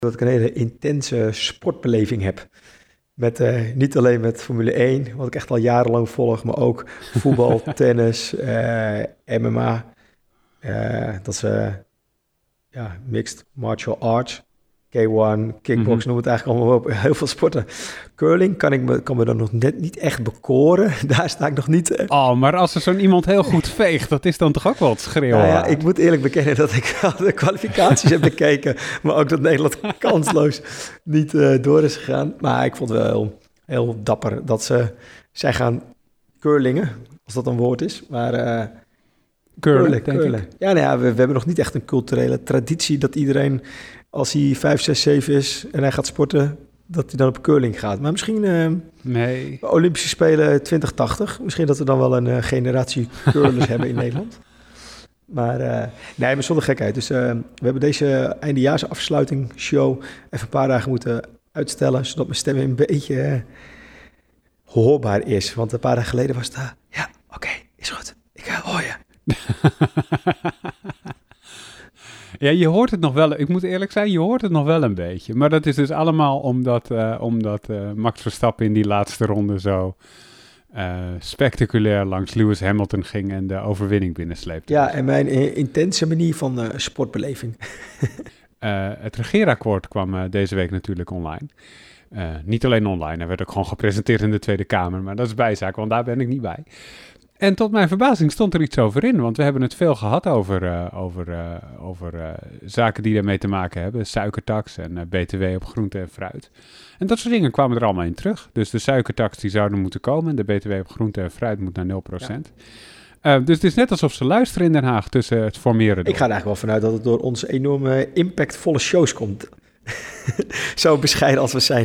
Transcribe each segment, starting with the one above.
dat ik een hele intense sportbeleving heb. Niet alleen met Formule 1, wat ik echt al jarenlang volg, maar ook voetbal, tennis, MMA. Dat is mixed martial arts, K1, kickbox, noem het eigenlijk allemaal op. Heel veel sporten. Curling kan me dan nog net niet echt bekoren. Daar sta ik nog niet. Maar als er zo'n iemand heel goed veegt, dat is dan toch ook wel het schreeuwen? Nou ja, ik moet eerlijk bekennen dat ik al de kwalificaties heb bekeken, maar ook dat Nederland kansloos niet door is gegaan. Maar ik vond het wel heel dapper dat zij gaan curlingen, als dat een woord is. Maar curlen, denk ik. Ja, we hebben nog niet echt een culturele traditie dat iedereen, als hij 5, 6, 7 is en hij gaat sporten, dat hij dan op curling gaat. Maar misschien Olympische Spelen 2080. Misschien dat we dan wel een generatie curlers hebben in Nederland. Maar zonder gekheid. Dus we hebben deze eindejaarsafsluiting show even een paar dagen moeten uitstellen, zodat mijn stem een beetje hoorbaar is. Want een paar dagen geleden was het, oké, is goed. Ik hoor je. Ja, je hoort het nog wel. Ik moet eerlijk zijn, je hoort het nog wel een beetje. Maar dat is dus allemaal omdat Max Verstappen in die laatste ronde zo spectaculair langs Lewis Hamilton ging en de overwinning binnensleepte. Ja, en mijn intense manier van sportbeleving. Het regeerakkoord kwam deze week natuurlijk online. Niet alleen online, hij werd ook gewoon gepresenteerd in de Tweede Kamer. Maar dat is bijzaak, want daar ben ik niet bij. En tot mijn verbazing stond er iets over in, want we hebben het veel gehad over zaken die daarmee te maken hebben. Suikertax en BTW op groente en fruit. En dat soort dingen kwamen er allemaal in terug. Dus de suikertax die zouden moeten komen, de BTW op groente en fruit moet naar 0%. Ja. Dus het is net alsof ze luisteren in Den Haag tussen het formeren door. Ik ga er eigenlijk wel vanuit dat het door onze enorme impactvolle shows komt. Zo bescheiden als we zijn.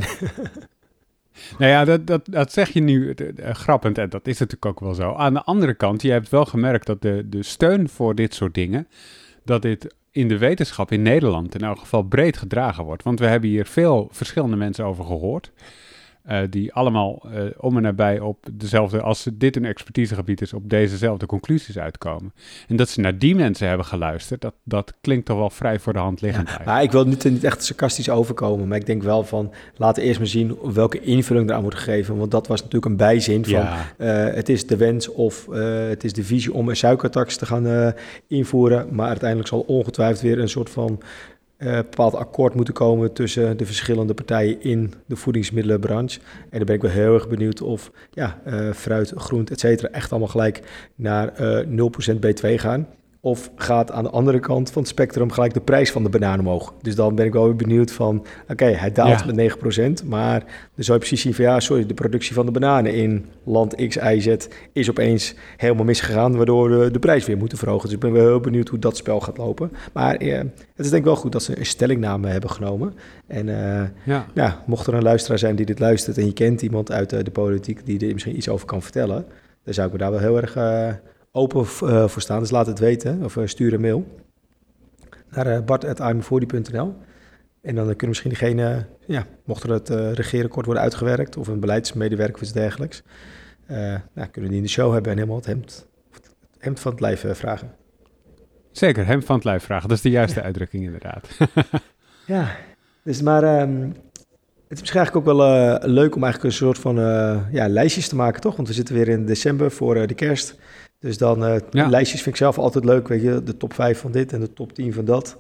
Nou ja, dat zeg je nu grappend en dat is natuurlijk ook wel zo. Aan de andere kant, je hebt wel gemerkt dat de steun voor dit soort dingen, dat dit in de wetenschap in Nederland in elk geval breed gedragen wordt. Want we hebben hier veel verschillende mensen over gehoord, die allemaal om en nabij op dezelfde, als dit een expertisegebied is, op dezezelfde conclusies uitkomen. En dat ze naar die mensen hebben geluisterd, dat klinkt toch wel vrij voor de hand liggend eigenlijk. Maar ik wil niet echt sarcastisch overkomen, maar ik denk wel van, laten we eerst maar zien welke invulling eraan wordt gegeven. Want dat was natuurlijk een bijzin van, het is de wens of het is de visie om een suikertax te gaan invoeren. Maar uiteindelijk zal ongetwijfeld weer een soort van bepaald akkoord moeten komen tussen de verschillende partijen in de voedingsmiddelenbranche. En dan ben ik wel heel erg benieuwd of fruit, groente, et cetera, echt allemaal gelijk naar 0% BTW gaan. Of gaat aan de andere kant van het spectrum gelijk de prijs van de banaan omhoog. Dus dan ben ik wel weer benieuwd van, oké, hij daalt met 9%, maar dan zou je precies zien van, de productie van de bananen in land X, Y, Z is opeens helemaal misgegaan, waardoor we de prijs weer moeten verhogen. Dus ik ben wel heel benieuwd hoe dat spel gaat lopen. Maar het is denk ik wel goed dat ze een stellingname hebben genomen. En mocht er een luisteraar zijn die dit luistert en je kent iemand uit de politiek die er misschien iets over kan vertellen, dan zou ik me daar wel heel erg open voor staan, dus laat het weten. Of stuur een mail naar bart@imfordy.nl. En dan kunnen misschien diegene, mocht er het regeerakkoord worden uitgewerkt of een beleidsmedewerker of iets dergelijks, kunnen die in de show hebben en helemaal het hemd van het lijf vragen. Zeker, hemd van het lijf vragen. Dat is de juiste uitdrukking inderdaad. Ja, dus maar het is misschien eigenlijk ook wel leuk om eigenlijk een soort van lijstjes te maken, toch? Want we zitten weer in december voor de kerst. Dus dan lijstjes vind ik zelf altijd leuk, weet je, de top 5 van dit en de top 10 van dat.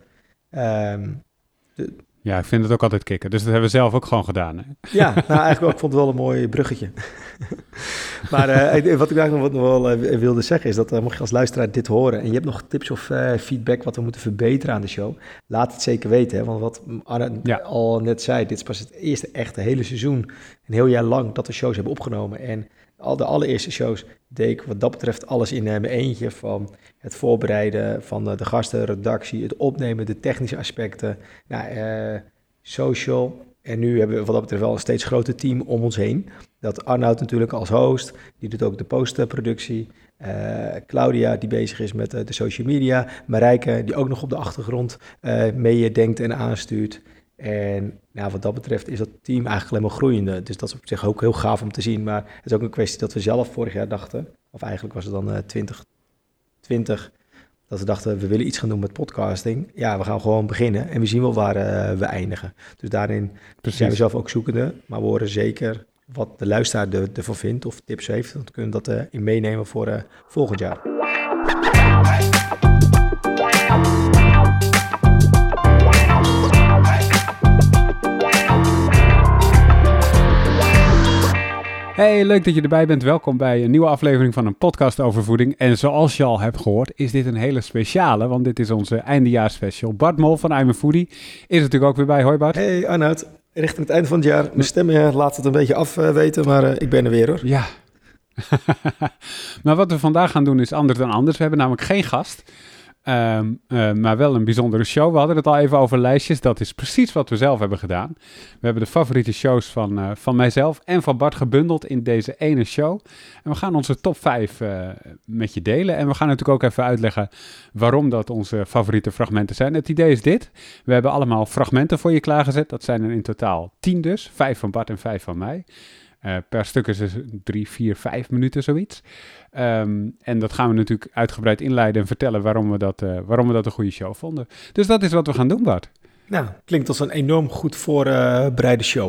Ja, ik vind het ook altijd kicken. Dus dat hebben we zelf ook gewoon gedaan. Hè? Ja, eigenlijk wel, ik vond het wel een mooi bruggetje. Maar wat ik eigenlijk nog wel wilde zeggen is dat mocht je als luisteraar dit horen en je hebt nog tips of feedback wat we moeten verbeteren aan de show, laat het zeker weten. Hè? Want wat Arne al net zei, dit is pas het eerste echte hele seizoen, een heel jaar lang dat we shows hebben opgenomen. En de allereerste shows deed ik wat dat betreft alles in mijn eentje, van het voorbereiden van de gasten, redactie, het opnemen, de technische aspecten, social. En nu hebben we wat dat betreft wel een steeds groter team om ons heen. Dat Arnoud natuurlijk als host, die doet ook de postproductie. Claudia, die bezig is met de social media. Marijke, die ook nog op de achtergrond meedenkt en aanstuurt. En wat dat betreft is dat team eigenlijk alleen maar groeiende. Dus dat is op zich ook heel gaaf om te zien. Maar het is ook een kwestie dat we zelf vorig jaar dachten, of eigenlijk was het dan 2020, Dat we dachten, we willen iets gaan doen met podcasting. Ja, we gaan gewoon beginnen en we zien wel waar we eindigen. Dus daarin zijn we zelf ook zoekende. Maar we horen zeker wat de luisteraar ervan vindt of tips heeft. Dan kunnen we dat in meenemen voor volgend jaar. Hey, leuk dat je erbij bent. Welkom bij een nieuwe aflevering van een podcast over voeding. En zoals je al hebt gehoord, is dit een hele speciale, want dit is onze eindejaarsspecial. Bart Mol van I'm a Foodie is natuurlijk ook weer bij. Hoi Bart. Hey Arnoud, richting het einde van het jaar. Mijn stem laat het een beetje afweten, maar ik ben er weer hoor. Ja. Maar wat we vandaag gaan doen is anders dan anders. We hebben namelijk geen gast. Maar wel een bijzondere show. We hadden het al even over lijstjes. Dat is precies wat we zelf hebben gedaan. We hebben de favoriete shows van mijzelf en van Bart gebundeld in deze ene show. En we gaan onze top 5 met je delen. En we gaan natuurlijk ook even uitleggen waarom dat onze favoriete fragmenten zijn. Het idee is dit. We hebben allemaal fragmenten voor je klaargezet. Dat zijn er in totaal 10 dus. 5 van Bart en 5 van mij. Per stuk is het 3, 4, 5 minuten zoiets. En dat gaan we natuurlijk uitgebreid inleiden en vertellen waarom we dat een goede show vonden. Dus dat is wat we gaan doen, Bart. Nou, klinkt als een enorm goed voorbereide show.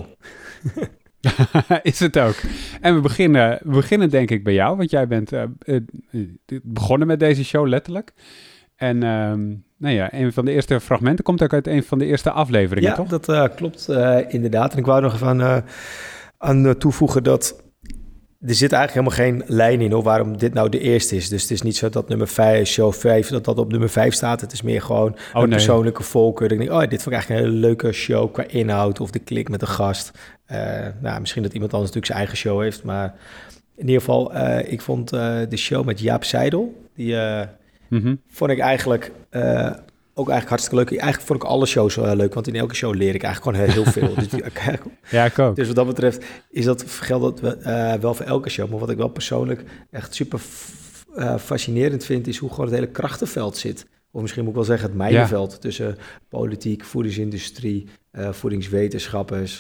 Is het ook. En we beginnen denk ik bij jou, want jij bent begonnen met deze show letterlijk. En een van de eerste fragmenten komt ook uit een van de eerste afleveringen, toch? Ja, dat klopt inderdaad. En ik wou nog even aan toevoegen dat er zit eigenlijk helemaal geen lijn in waarom dit nou de eerste is. Dus het is niet zo dat nummer 5, show 5, dat op nummer 5 staat. Het is meer gewoon een persoonlijke voorkeur. Ik denk, dit vond ik eigenlijk een hele leuke show qua inhoud of de klik met de gast. Misschien dat iemand anders natuurlijk zijn eigen show heeft, maar in ieder geval, ik vond de show met Jaap Seidel, die vond ik eigenlijk ook eigenlijk hartstikke leuk. Eigenlijk vond ik alle shows leuk, want in elke show leer ik eigenlijk gewoon heel veel. Ja, ik ook. Dus wat dat betreft geldt dat wel voor elke show. Maar wat ik wel persoonlijk echt super fascinerend vind, is hoe gewoon het hele krachtenveld zit. Of misschien moet ik wel zeggen het mijnenveld tussen politiek, voedingsindustrie, voedingswetenschappers.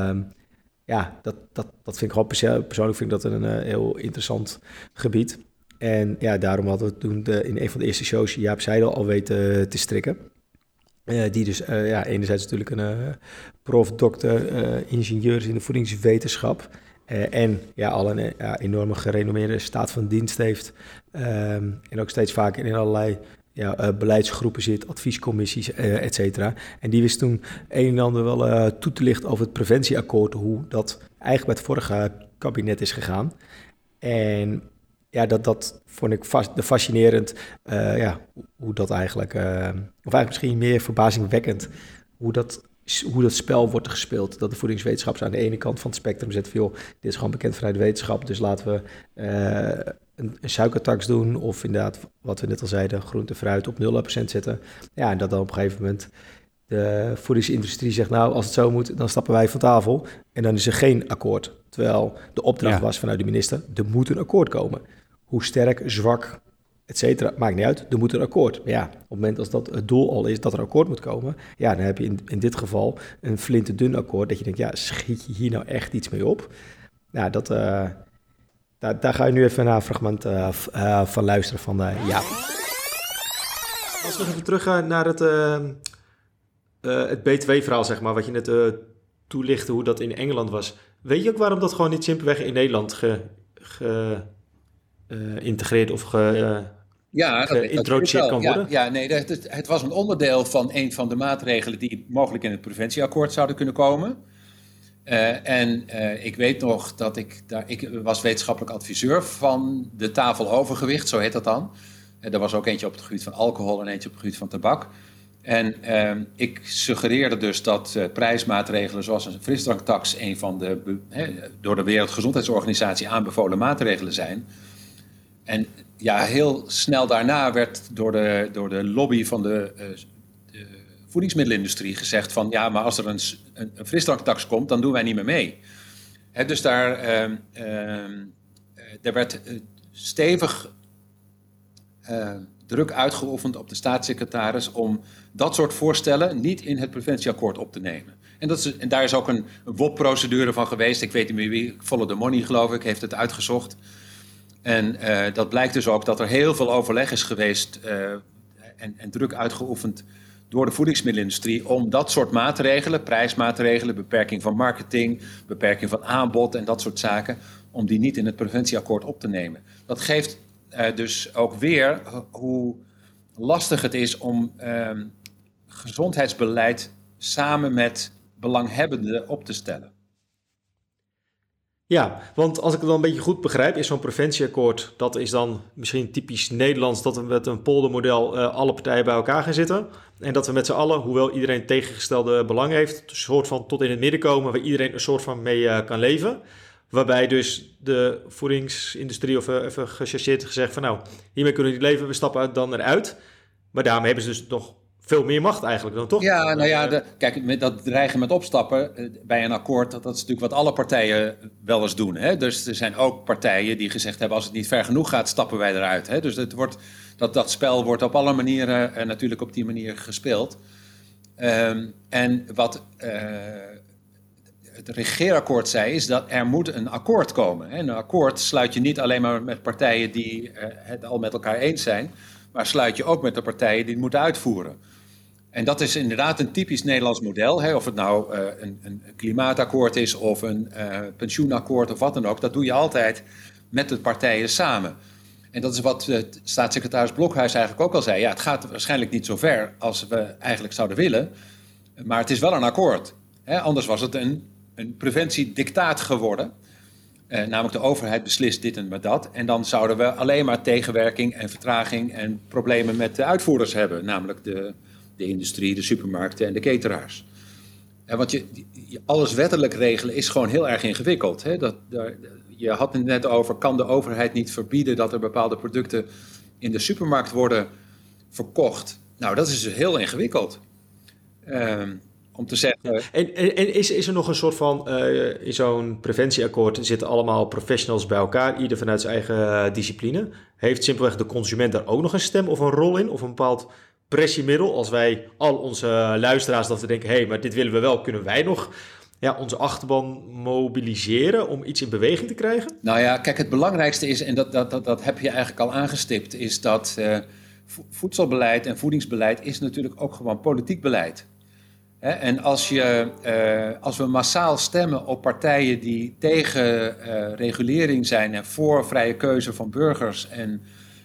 Dat vind ik gewoon persoonlijk vind ik dat een heel interessant gebied. En ja, daarom hadden we toen in een van de eerste shows Jaap Seidel al weten te strikken. Die dus enerzijds natuurlijk een prof, dokter, ingenieur is in de voedingswetenschap. En al een enorme gerenommeerde staat van dienst heeft. En ook steeds vaker in allerlei beleidsgroepen zit, adviescommissies, et cetera. En die wist toen een en ander wel toe te lichten over het preventieakkoord, hoe dat eigenlijk bij het vorige kabinet is gegaan. En ja, dat vond ik fascinerend, hoe dat eigenlijk, of eigenlijk misschien meer verbazingwekkend, hoe dat spel wordt gespeeld. Dat de voedingswetenschappers aan de ene kant van het spectrum zetten van, dit is gewoon bekend vanuit de wetenschap, dus laten we een suikertax doen, of inderdaad, wat we net al zeiden, groente en fruit op 0% zetten. Ja, en dat dan op een gegeven moment de voedingsindustrie zegt, nou, als het zo moet, dan stappen wij van tafel. En dan is er geen akkoord. Terwijl de opdracht was vanuit de minister, er moet een akkoord komen. Hoe sterk, zwak, et cetera, maakt niet uit. Er moet een akkoord. Maar ja, op het moment als dat het doel al is dat er een akkoord moet komen, ja, dan heb je in dit geval een flinterdun akkoord, dat je denkt, ja, schiet je hier nou echt iets mee op? Nou, daar ga je nu even naar een fragment van luisteren van Jaap. Als we nog even terug gaan naar het BTW-verhaal, zeg maar, wat je net toelichtte, hoe dat in Engeland was. Weet je ook waarom dat gewoon niet simpelweg in Nederland geïntegreerd of geïntroduceerd kan worden? Ja, nee, het was een onderdeel van een van de maatregelen die mogelijk in het preventieakkoord zouden kunnen komen. Ik weet nog dat ik was wetenschappelijk adviseur van de tafel overgewicht, zo heet dat dan. Er was ook eentje op het gebied van alcohol en eentje op het gebied van tabak. En ik suggereerde dus dat prijsmaatregelen zoals een frisdranktax een van de door de Wereldgezondheidsorganisatie aanbevolen maatregelen zijn. En ja, heel snel daarna werd door de lobby van de voedingsmiddelenindustrie gezegd van ja, maar als er een frisdranktax komt, dan doen wij niet meer mee. Dus daar werd stevig druk uitgeoefend op de staatssecretaris om dat soort voorstellen niet in het preventieakkoord op te nemen. En daar is ook een WOP-procedure van geweest. Ik weet niet meer wie, Follow the Money geloof ik, heeft het uitgezocht. En dat blijkt dus ook dat er heel veel overleg is geweest en druk uitgeoefend door de voedingsmiddelenindustrie om dat soort maatregelen, prijsmaatregelen, beperking van marketing, beperking van aanbod en dat soort zaken, om die niet in het preventieakkoord op te nemen. Dat geeft dus ook weer hoe lastig het is om gezondheidsbeleid samen met belanghebbenden op te stellen. Ja, want als ik het dan een beetje goed begrijp, is zo'n preventieakkoord, dat is dan misschien typisch Nederlands, dat we met een poldermodel alle partijen bij elkaar gaan zitten. En dat we met z'n allen, hoewel iedereen tegengestelde belangen heeft, een soort van tot in het midden komen waar iedereen een soort van mee kan leven. Waarbij dus de voedingsindustrie, of even gechargeerd gezegd van nou, hiermee kunnen we niet leven, we stappen dan eruit. Maar daarmee hebben ze dus nog veel meer macht eigenlijk dan toch? Ja, nou ja, kijk, dat dreigen met opstappen bij een akkoord, dat is natuurlijk wat alle partijen wel eens doen. Hè? Dus er zijn ook partijen die gezegd hebben, als het niet ver genoeg gaat, stappen wij eruit. Hè? Dus dat spel wordt op alle manieren natuurlijk op die manier gespeeld. En wat het regeerakkoord zei, is dat er moet een akkoord komen. Hè? Een akkoord sluit je niet alleen maar met partijen die het al met elkaar eens zijn, maar sluit je ook met de partijen die het moeten uitvoeren. En dat is inderdaad een typisch Nederlands model. Hè? Of het nou een klimaatakkoord is of een pensioenakkoord of wat dan ook. Dat doe je altijd met de partijen samen. En dat is wat staatssecretaris Blokhuis eigenlijk ook al zei. Ja, het gaat waarschijnlijk niet zo ver als we eigenlijk zouden willen. Maar het is wel een akkoord. Hè? Anders was het een preventiedictaat geworden. Namelijk de overheid beslist dit en dat. En dan zouden we alleen maar tegenwerking en vertraging en problemen met de uitvoerders hebben. Namelijk de industrie, de supermarkten en de cateraars. Want alles wettelijk regelen is gewoon heel erg ingewikkeld. Hè? Je had het net over, kan de overheid niet verbieden dat er bepaalde producten in de supermarkt worden verkocht? Nou, dat is dus heel ingewikkeld. Om te zeggen. En is er nog een soort van, in zo'n preventieakkoord zitten allemaal professionals bij elkaar, ieder vanuit zijn eigen discipline. Heeft simpelweg de consument daar ook nog een stem of een rol in? Of een bepaald pressiemiddel? Als wij al onze luisteraars dat we denken, hé, maar dit willen we wel, kunnen wij nog onze achterban mobiliseren om iets in beweging te krijgen? Nou ja, kijk, het belangrijkste is, en dat heb je eigenlijk al aangestipt, is dat voedselbeleid en voedingsbeleid is natuurlijk ook gewoon politiek beleid. En als we massaal stemmen op partijen die tegen regulering zijn en voor vrije keuze van burgers en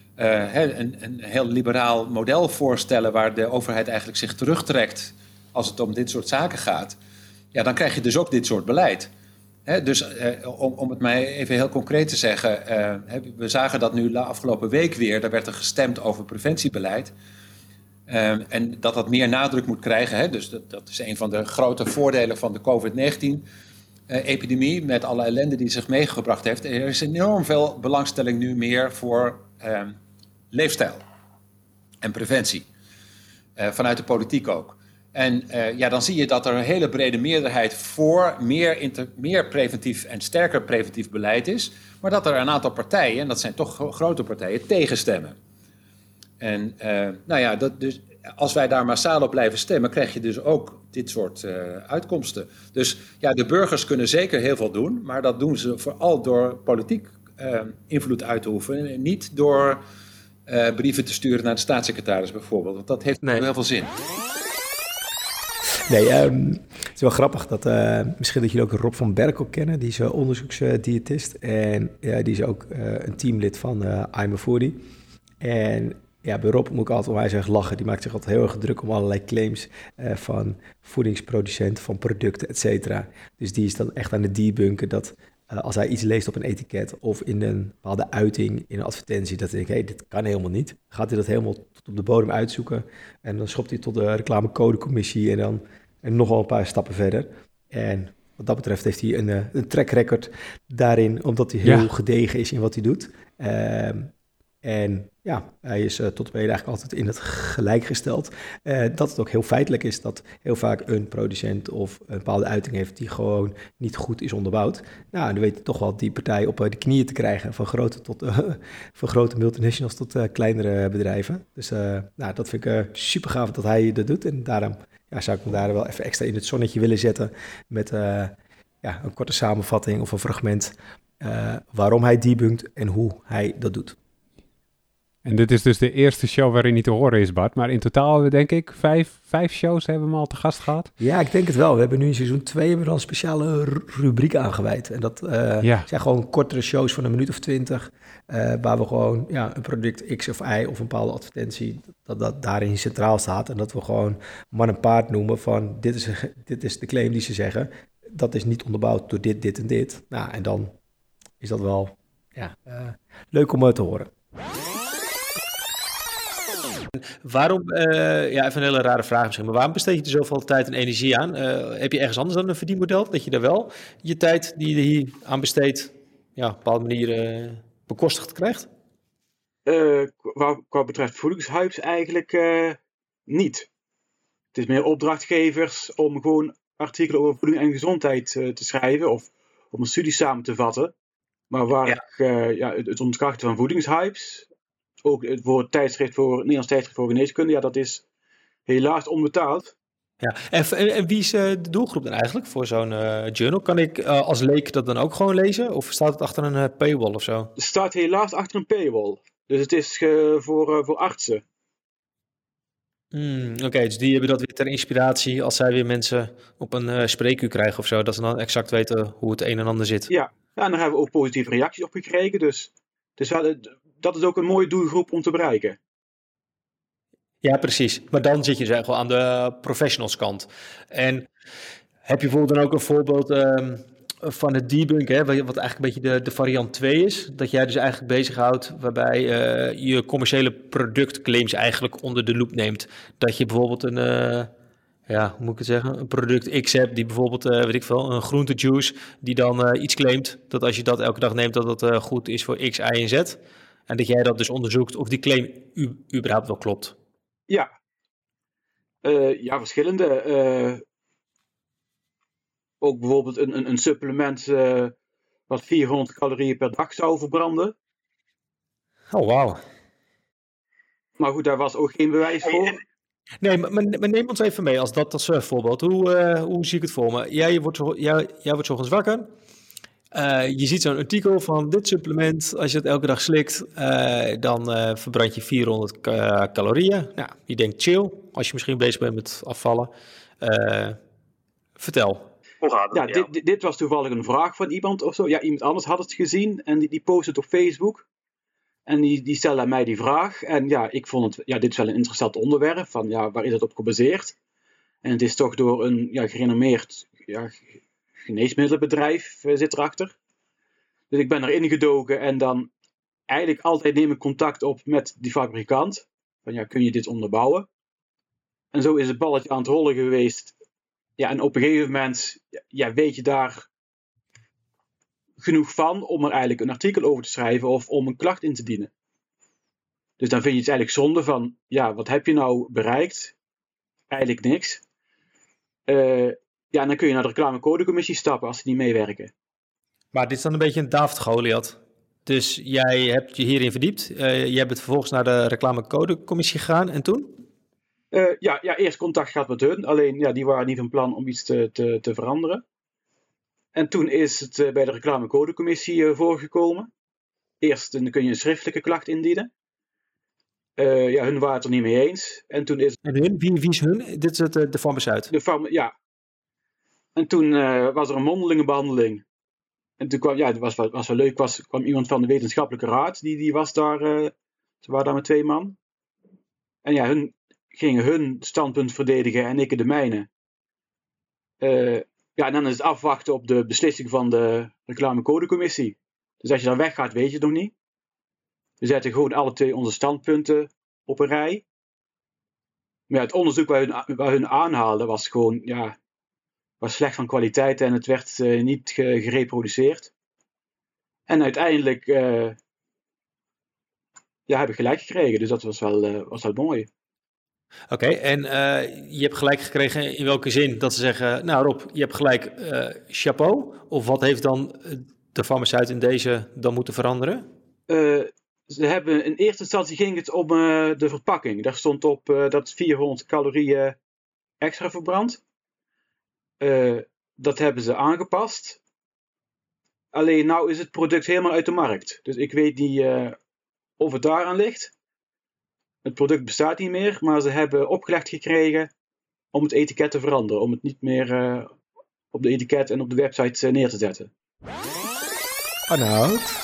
een heel liberaal model voorstellen waar de overheid eigenlijk zich terugtrekt als het om dit soort zaken gaat, ja, dan krijg je dus ook dit soort beleid. Dus om het mij even heel concreet te zeggen, we zagen dat nu de afgelopen week weer, daar werd er gestemd over preventiebeleid. En dat meer nadruk moet krijgen. Hè? Dus dat is een van de grote voordelen van de COVID-19-epidemie, met alle ellende die zich meegebracht heeft. Er is enorm veel belangstelling nu meer voor leefstijl en preventie. Vanuit de politiek ook. En dan zie je dat er een hele brede meerderheid voor meer preventief en sterker preventief beleid is. Maar dat er een aantal partijen, en dat zijn toch grote partijen, tegenstemmen. En dus als wij daar massaal op blijven stemmen, krijg je dus ook dit soort uitkomsten. Dus ja, de burgers kunnen zeker heel veel doen, maar dat doen ze vooral door politiek invloed uit te oefenen. En niet door brieven te sturen naar de staatssecretaris bijvoorbeeld, want dat heeft heel veel zin. Nee, het is wel grappig dat misschien dat jullie ook Rob van Berkel kennen, die is onderzoeksdiëtist en die is ook een teamlid van I'm a Foodie. En ja, bij Rob moet ik altijd onwijs erg lachen. Die maakt zich altijd heel erg druk om allerlei claims van voedingsproducenten, van producten, et cetera. Dus die is dan echt aan het debunken dat als hij iets leest op een etiket of in een bepaalde uiting, in een advertentie, dat hij denkt, dit kan helemaal niet. Gaat hij dat helemaal tot op de bodem uitzoeken en dan schopt hij tot de reclamecodecommissie en dan nogal een paar stappen verder. En wat dat betreft heeft hij een track record daarin, omdat hij heel gedegen is in wat hij doet. En ja, hij is tot op heden eigenlijk altijd in het gelijk gesteld. Dat het ook heel feitelijk is dat heel vaak een producent of een bepaalde uiting heeft die gewoon niet goed is onderbouwd. Nou, dan weet je toch wel die partij op de knieën te krijgen, van grote multinationals tot kleinere bedrijven. Dus dat vind ik super gaaf dat hij dat doet. En daarom zou ik me daar wel even extra in het zonnetje willen zetten met een korte samenvatting of een fragment waarom hij debunkt en hoe hij dat doet. En dit is dus de eerste show waarin hij te horen is, Bart. Maar in totaal hebben we, denk ik, vijf shows hebben we hem al te gast gehad. Ja, ik denk het wel. We hebben nu in seizoen 2 hebben we dan een speciale rubriek aangeweid. En dat zijn gewoon kortere shows van 1 minuut of 20... waar we gewoon een product X of Y of een bepaalde advertentie... dat daarin centraal staat. En dat we gewoon man en paard noemen van... dit is de claim die ze zeggen. Dat is niet onderbouwd door dit en dit. Nou, en dan is dat wel leuk om te horen. Waarom, even een hele rare vraag misschien, maar waarom besteed je er zoveel tijd en energie aan? Heb je ergens anders dan een verdienmodel? Dat je daar wel je tijd die je er hier aan besteedt, op een bepaalde manier bekostigd krijgt? Qua betreft voedingshypes eigenlijk niet. Het is meer opdrachtgevers om gewoon artikelen over voeding en gezondheid te schrijven of om een studie samen te vatten. Maar waar ik het ontkrachten van voedingshypes, ook voor het Nederlands tijdschrift voor geneeskunde, dat is helaas onbetaald. Ja, en wie is de doelgroep dan eigenlijk voor zo'n journal? Kan ik als leek dat dan ook gewoon lezen? Of staat het achter een paywall of zo? Het staat helaas achter een paywall. Dus het is voor artsen. Oké, dus die hebben dat weer ter inspiratie als zij weer mensen op een spreekuur krijgen of zo. Dat ze dan exact weten hoe het een en ander zit. Ja, en daar hebben we ook positieve reacties op gekregen. Dus dat is ook een mooie doelgroep om te bereiken. Ja, precies. Maar dan zit je dus wel aan de professionals kant. En heb je bijvoorbeeld dan ook een voorbeeld van het debunken, wat eigenlijk een beetje de variant 2 is? Dat jij dus eigenlijk bezighoudt waarbij je commerciële productclaims eigenlijk onder de loep neemt. Dat je bijvoorbeeld hoe moet ik het zeggen? Een product X hebt die bijvoorbeeld, een groentejuice, die dan iets claimt dat als je dat elke dag neemt, dat het goed is voor X, Y en Z. En dat jij dat dus onderzoekt of die claim überhaupt wel klopt. Ja. Verschillende. Ook bijvoorbeeld een supplement wat 400 calorieën per dag zou verbranden. Oh, wauw. Maar goed, daar was ook geen bewijs voor. Nee, maar neem ons even mee als voorbeeld. Hoe zie ik het voor me? Jij wordt 's ochtends wakker. Je ziet zo'n artikel van dit supplement. Als je het elke dag slikt, dan verbrand je 400 calorieën. Nou, je denkt chill, als je misschien bezig bent met afvallen. Vertel. Hoe gaat het? Ja, dit was toevallig een vraag van iemand of zo. Ja, iemand anders had het gezien en die post het op Facebook. En die stelde aan mij die vraag. En ik vond het, dit is wel een interessant onderwerp. Van waar is het op gebaseerd? En het is toch door een gerenommeerd geneesmiddelenbedrijf zit erachter. Dus ik ben erin gedoken en dan eigenlijk altijd neem ik contact op met die fabrikant. Van kun je dit onderbouwen? En zo is het balletje aan het rollen geweest. Ja, en op een gegeven moment weet je daar genoeg van om er eigenlijk een artikel over te schrijven of om een klacht in te dienen. Dus dan vind je het eigenlijk zonde van, wat heb je nou bereikt? Eigenlijk niks. En dan kun je naar de reclamecodecommissie stappen als ze niet meewerken. Maar dit is dan een beetje een David Goliath. Dus jij hebt je hierin verdiept. Jij bent vervolgens naar de reclamecodecommissie gegaan en toen? Eerst contact gehad met hun. Alleen, die waren niet van plan om iets te veranderen. En toen is het bij de reclamecodecommissie voorgekomen. Eerst dan kun je een schriftelijke klacht indienen. Hun waren het er niet mee eens. En toen is... En hun? Wie is hun? Dit is de farmaceut. Ja. En toen was er een mondelinge behandeling. En toen kwam, het was wel leuk, kwam iemand van de wetenschappelijke raad. Die was daar, ze waren daar met 2 man. En hun gingen hun standpunt verdedigen en ik de mijne. En dan is het afwachten op de beslissing van de reclamecodecommissie. Dus als je dan weggaat, weet je het nog niet. We zetten gewoon alle 2 onze standpunten op een rij. Maar het onderzoek waar hun aanhaalden was gewoon, was slecht van kwaliteit en het werd niet gereproduceerd. En uiteindelijk heb ik gelijk gekregen, dus dat was wel mooi. Oké, en je hebt gelijk gekregen in welke zin? Dat ze zeggen, nou Rob, je hebt gelijk, chapeau. Of wat heeft dan de farmaceut in deze dan moeten veranderen? Ze hebben in eerste instantie ging het om de verpakking. Daar stond op dat 400 calorieën extra verbrandt. Dat hebben ze aangepast. Alleen nou is het product helemaal uit de markt. Dus ik weet niet of het daaraan ligt. het product bestaat niet meer, maar ze hebben opgelegd gekregen om het etiket te veranderen. Om het niet meer op de etiket en op de website neer te zetten. Arnoud,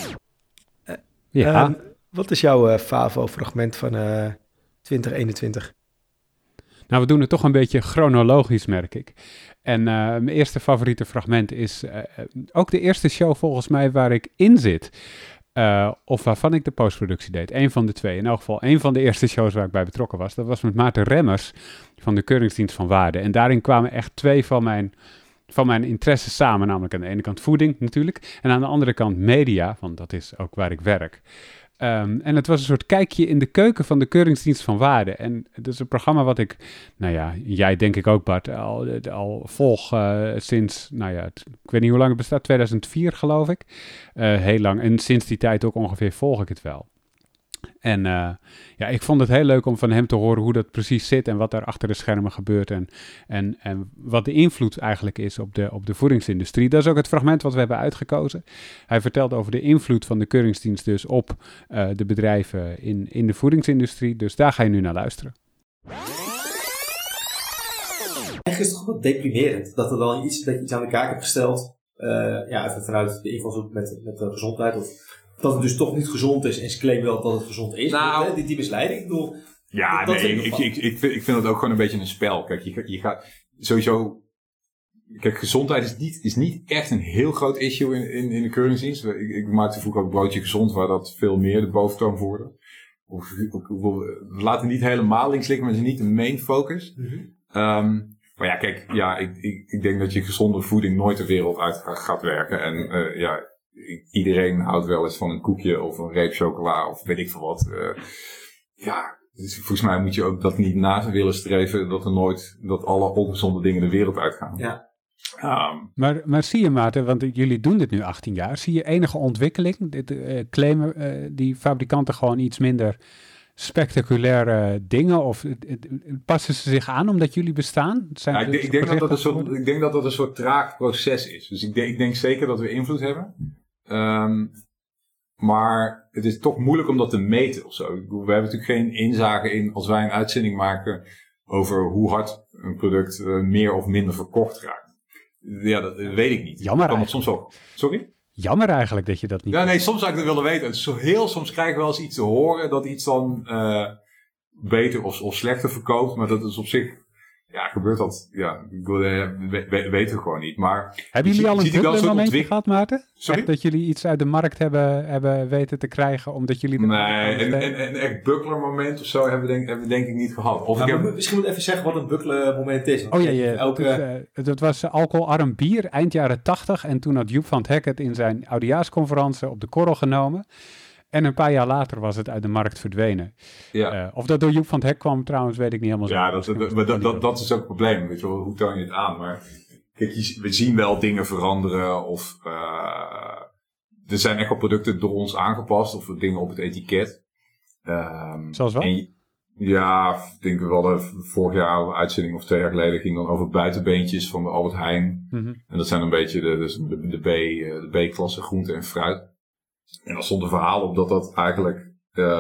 wat is jouw Favo-fragment van 2021? Nou, we doen het toch een beetje chronologisch, merk ik. En mijn eerste favoriete fragment is ook de eerste show volgens mij waar ik in zit. Of waarvan ik de postproductie deed. Eén van de twee. In elk geval één van de eerste shows waar ik bij betrokken was. Dat was met Maarten Remmers van de Keuringsdienst van Waarde. En daarin kwamen echt twee van mijn interesses samen. Namelijk aan de ene kant voeding natuurlijk. En aan de andere kant media, want dat is ook waar ik werk. En het was een soort kijkje in de keuken van de Keuringsdienst van Waarde. En het is een programma wat ik, jij denk ik ook Bart, al volg sinds, ik weet niet hoe lang het bestaat, 2004 geloof ik. Heel lang. En sinds die tijd ook ongeveer volg ik het wel. En ik vond het heel leuk om van hem te horen hoe dat precies zit en wat daar achter de schermen gebeurt en wat de invloed eigenlijk is op de voedingsindustrie. Dat is ook het fragment wat we hebben uitgekozen. Hij vertelt over de invloed van de Keuringsdienst dus op de bedrijven in de voedingsindustrie. Dus daar ga je nu naar luisteren. Eigenlijk is het gewoon deprimerend dat er dan iets aan de kaak hebt gesteld. Even vanuit de invalshoek met de gezondheid of dat het dus toch niet gezond is en ze claimen wel dat het gezond is. Nou, die misleiding, ik bedoel... Ja, ik vind het ook gewoon een beetje een spel. Kijk, je gaat sowieso... Kijk, gezondheid is niet echt een heel groot issue in de Keuringsdienst. Ik maakte vroeger ook broodje gezond, waar dat veel meer de boventoon voerde. We laten niet helemaal links liggen, maar het is niet de main focus. Mm-hmm. Maar ja, kijk, ik denk dat je gezonde voeding nooit de wereld uit gaat werken. En iedereen houdt wel eens van een koekje of een reep chocola of weet ik veel wat. Dus volgens mij moet je ook dat niet na willen streven dat alle ongezonde dingen de wereld uitgaan. Ja. Maar zie je Maarten, want jullie doen dit nu 18 jaar, zie je enige ontwikkeling? Claimen die fabrikanten gewoon iets minder spectaculaire dingen of passen ze zich aan omdat jullie bestaan? Ik denk dat dat een soort traag proces is. Dus ik denk zeker dat we invloed hebben. Maar het is toch moeilijk om dat te meten of zo. We hebben natuurlijk geen inzage in als wij een uitzending maken over hoe hard een product meer of minder verkocht raakt. Ja, dat weet ik niet. Jammer eigenlijk. Soms ook. Sorry? Jammer eigenlijk dat je dat niet... Ja, nee, soms zou ik dat willen weten. Soms krijg ik wel eens iets te horen dat iets dan beter of slechter verkoopt. Maar dat is op zich... Ja, gebeurt dat? Ja, weten we gewoon niet. Maar hebben jullie al een bubbele momentje gehad, Maarten? Sorry? Echt dat jullie iets uit de markt hebben weten te krijgen, omdat jullie... Nee, een echt buckler moment of zo hebben we denk ik niet gehad. Misschien moet ik even zeggen wat een buckler moment is. Dat was alcoholarm bier, eind jaren 80. En toen had Joep van 't Hek het in zijn oudejaarsconferentie op de korrel genomen. En een paar jaar later was het uit de markt verdwenen. Ja. Of dat door Joep van 't Hek kwam trouwens, weet ik niet helemaal zo. Ja, dat is ook het probleem. Weet je wel, hoe toon je het aan? Maar kijk, we zien wel dingen veranderen. Of er zijn echt wel producten door ons aangepast. Of dingen op het etiket. Zoals wat? Ik denk wel vorig jaar een uitzending of 2 jaar geleden ging dan over buitenbeentjes van de Albert Heijn. Mm-hmm. En dat zijn een beetje de B-klasse groente en fruit. En dan stond een verhaal op dat eigenlijk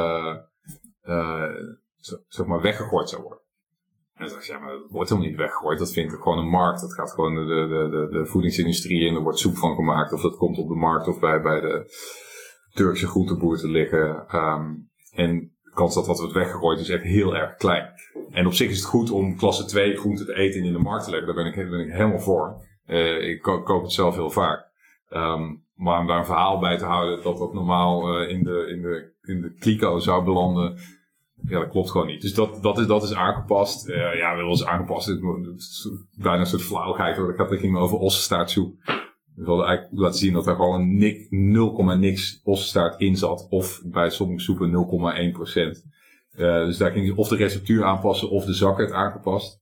zeg maar weggegooid zou worden. En dan dacht ik, maar dat wordt helemaal niet weggegooid. Dat vindt gewoon een markt. Dat gaat gewoon de voedingsindustrie in. Er wordt soep van gemaakt. Of dat komt op de markt of bij de Turkse groenteboer te liggen. En de kans dat wat wordt weggegooid is echt heel erg klein. En op zich is het goed om klasse 2 groenten te eten en in de markt te leggen. Daar ben ik helemaal voor. Ik koop het zelf heel vaak. Maar om daar een verhaal bij te houden dat normaal in de kliko zou belanden, ja, dat klopt gewoon niet. Dus dat is aangepast. Wel eens aangepast. Het is bijna een soort flauwigheid. Dat ging over ossenstaartsoep. We wilden eigenlijk laten zien dat er gewoon 0,niks ossenstaart in zat. Of bij sommige soepen 0,1%. Dus daar ging of de receptuur aanpassen of de zak werd aangepast.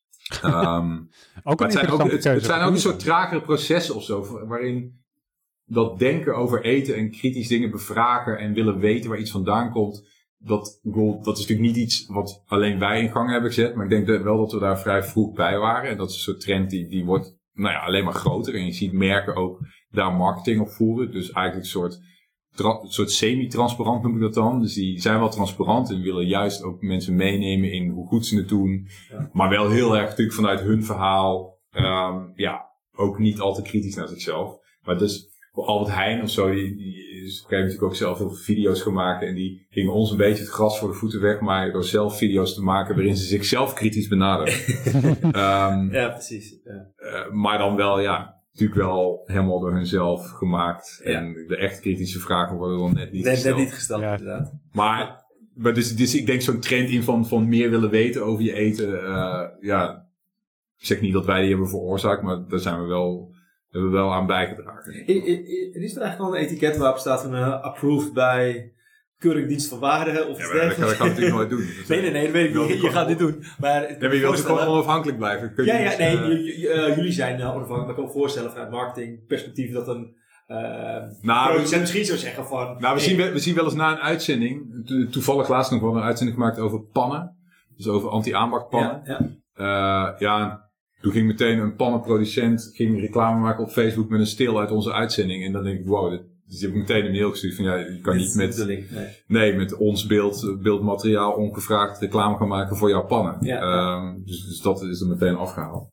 Het zijn ook een soort tragere processen of zo, waarin dat denken over eten en kritisch dingen bevragen en willen weten waar iets vandaan komt, dat is natuurlijk niet iets wat alleen wij in gang hebben gezet, maar ik denk wel dat we daar vrij vroeg bij waren. En dat is een soort trend die wordt alleen maar groter. En je ziet merken ook daar marketing op voeren. Dus eigenlijk een soort een soort semi-transparant noem ik dat dan. Dus die zijn wel transparant en willen juist ook mensen meenemen in hoe goed ze het doen. Ja. Maar wel heel erg natuurlijk vanuit hun verhaal. Ook niet al te kritisch naar zichzelf. Maar dus voor Albert Heijn of zo, die is op een gegeven moment natuurlijk ook zelf heel veel video's gaan maken. En die gingen ons een beetje het gras voor de voeten wegmaaien door zelf video's te maken waarin ze zichzelf kritisch benaderen. Ja, precies. Ja. Maar dan wel, natuurlijk wel helemaal door hunzelf gemaakt. Ja. En de echt kritische vragen worden dan net niet gesteld. Net niet gesteld, inderdaad. Maar dus ik denk zo'n trend in van meer willen weten over je eten. Ik zeg niet dat wij die hebben veroorzaakt, maar daar zijn we wel aan bijgedragen. Is er eigenlijk al een etiket waarop staat van approved bij Keuringsdienst van Waarde? Of dat kan ik natuurlijk nooit doen. Nee, dat weet ik niet. Je gaat dit doen. Maar je wilt gewoon onafhankelijk blijven. Jullie zijn onafhankelijk. Maar ik kan me voorstellen vanuit marketingperspectief dat een producent misschien zou zeggen van... Nou, we zien wel eens na een uitzending, toevallig laatst nog wel een uitzending gemaakt over pannen. Dus over anti-aanbakpannen. Toen ging meteen een pannenproducent reclame maken op Facebook met een stil uit onze uitzending. En dan denk ik, wow, dus je hebt meteen een mail gestuurd van je kan niet met ons beeldmateriaal ongevraagd reclame gaan maken voor jouw pannen. Ja. Dus dat is er meteen afgehaald.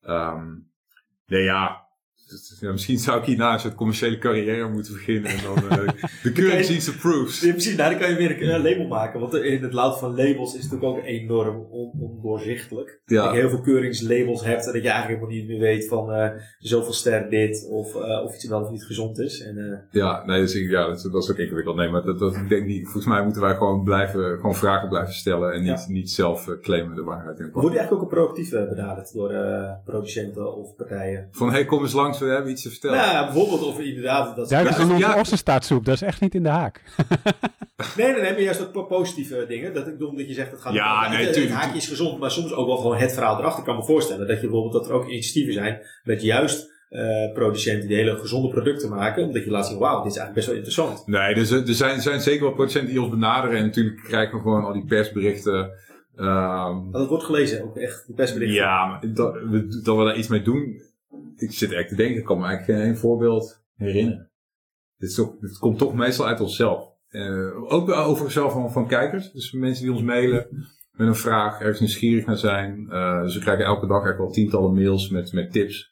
Misschien zou ik hierna een soort commerciële carrière moeten beginnen en dan de Keuringsdienst approves. Ja, precies, dan kan je weer een label maken. Want in het laden van labels is het natuurlijk ook enorm ondoorzichtelijk. Ja. Dat je heel veel keuringslabels hebt en dat je eigenlijk helemaal niet meer weet van zoveel ster dit of iets wel of niet gezond is. Dat is ook ingewikkeld. Nee, maar dat ik denk niet. Volgens mij moeten wij gewoon vragen blijven stellen en niet zelf claimen de waarheid. Word je eigenlijk ook een proactief benaderd door producenten of partijen? Van kom eens langs. We hebben iets te vertellen. Nou, bijvoorbeeld of inderdaad... Duik eens in onze ossenstaartsoep, dat is echt niet in de haak. Nee, maar juist dat positieve dingen. Dat ik bedoel dat je zegt, het haakje is gezond, maar soms ook wel gewoon het verhaal erachter. Ik kan me voorstellen dat je bijvoorbeeld dat er ook initiatieven zijn met juist producenten die hele gezonde producten maken, omdat je laat zien, wauw, dit is eigenlijk best wel interessant. Nee, dus er zijn zeker wel producenten die ons benaderen en natuurlijk krijgen we gewoon al die persberichten. Dat wordt gelezen, ook echt, die persberichten. Ja, maar dat we daar iets mee doen... Ik zit echt te denken, ik kan me eigenlijk geen voorbeeld herinneren. Het komt toch meestal uit onszelf. Ook overigens van kijkers. Dus mensen die ons mailen met een vraag, ergens nieuwsgierig naar zijn. Dus we krijgen elke dag echt wel tientallen mails met tips.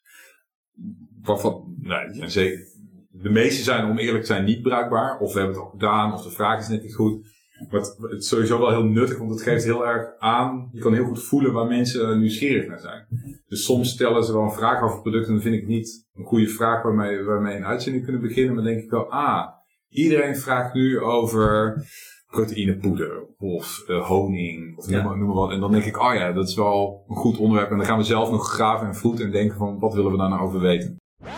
De meeste zijn, om eerlijk te zijn, niet bruikbaar. Of we hebben het al gedaan, of de vraag is net niet goed. Maar het is sowieso wel heel nuttig, want het geeft heel erg aan. Je kan heel goed voelen waar mensen nieuwsgierig naar zijn. Dus soms stellen ze wel een vraag over producten en dan vind ik niet een goede vraag waarmee een uitzending kunnen beginnen. Maar dan denk ik wel, iedereen vraagt nu over proteïnepoeder of honing of noem maar wat. En dan denk ik, dat is wel een goed onderwerp. En dan gaan we zelf nog graven en voeten en denken van, wat willen we daar nou over weten?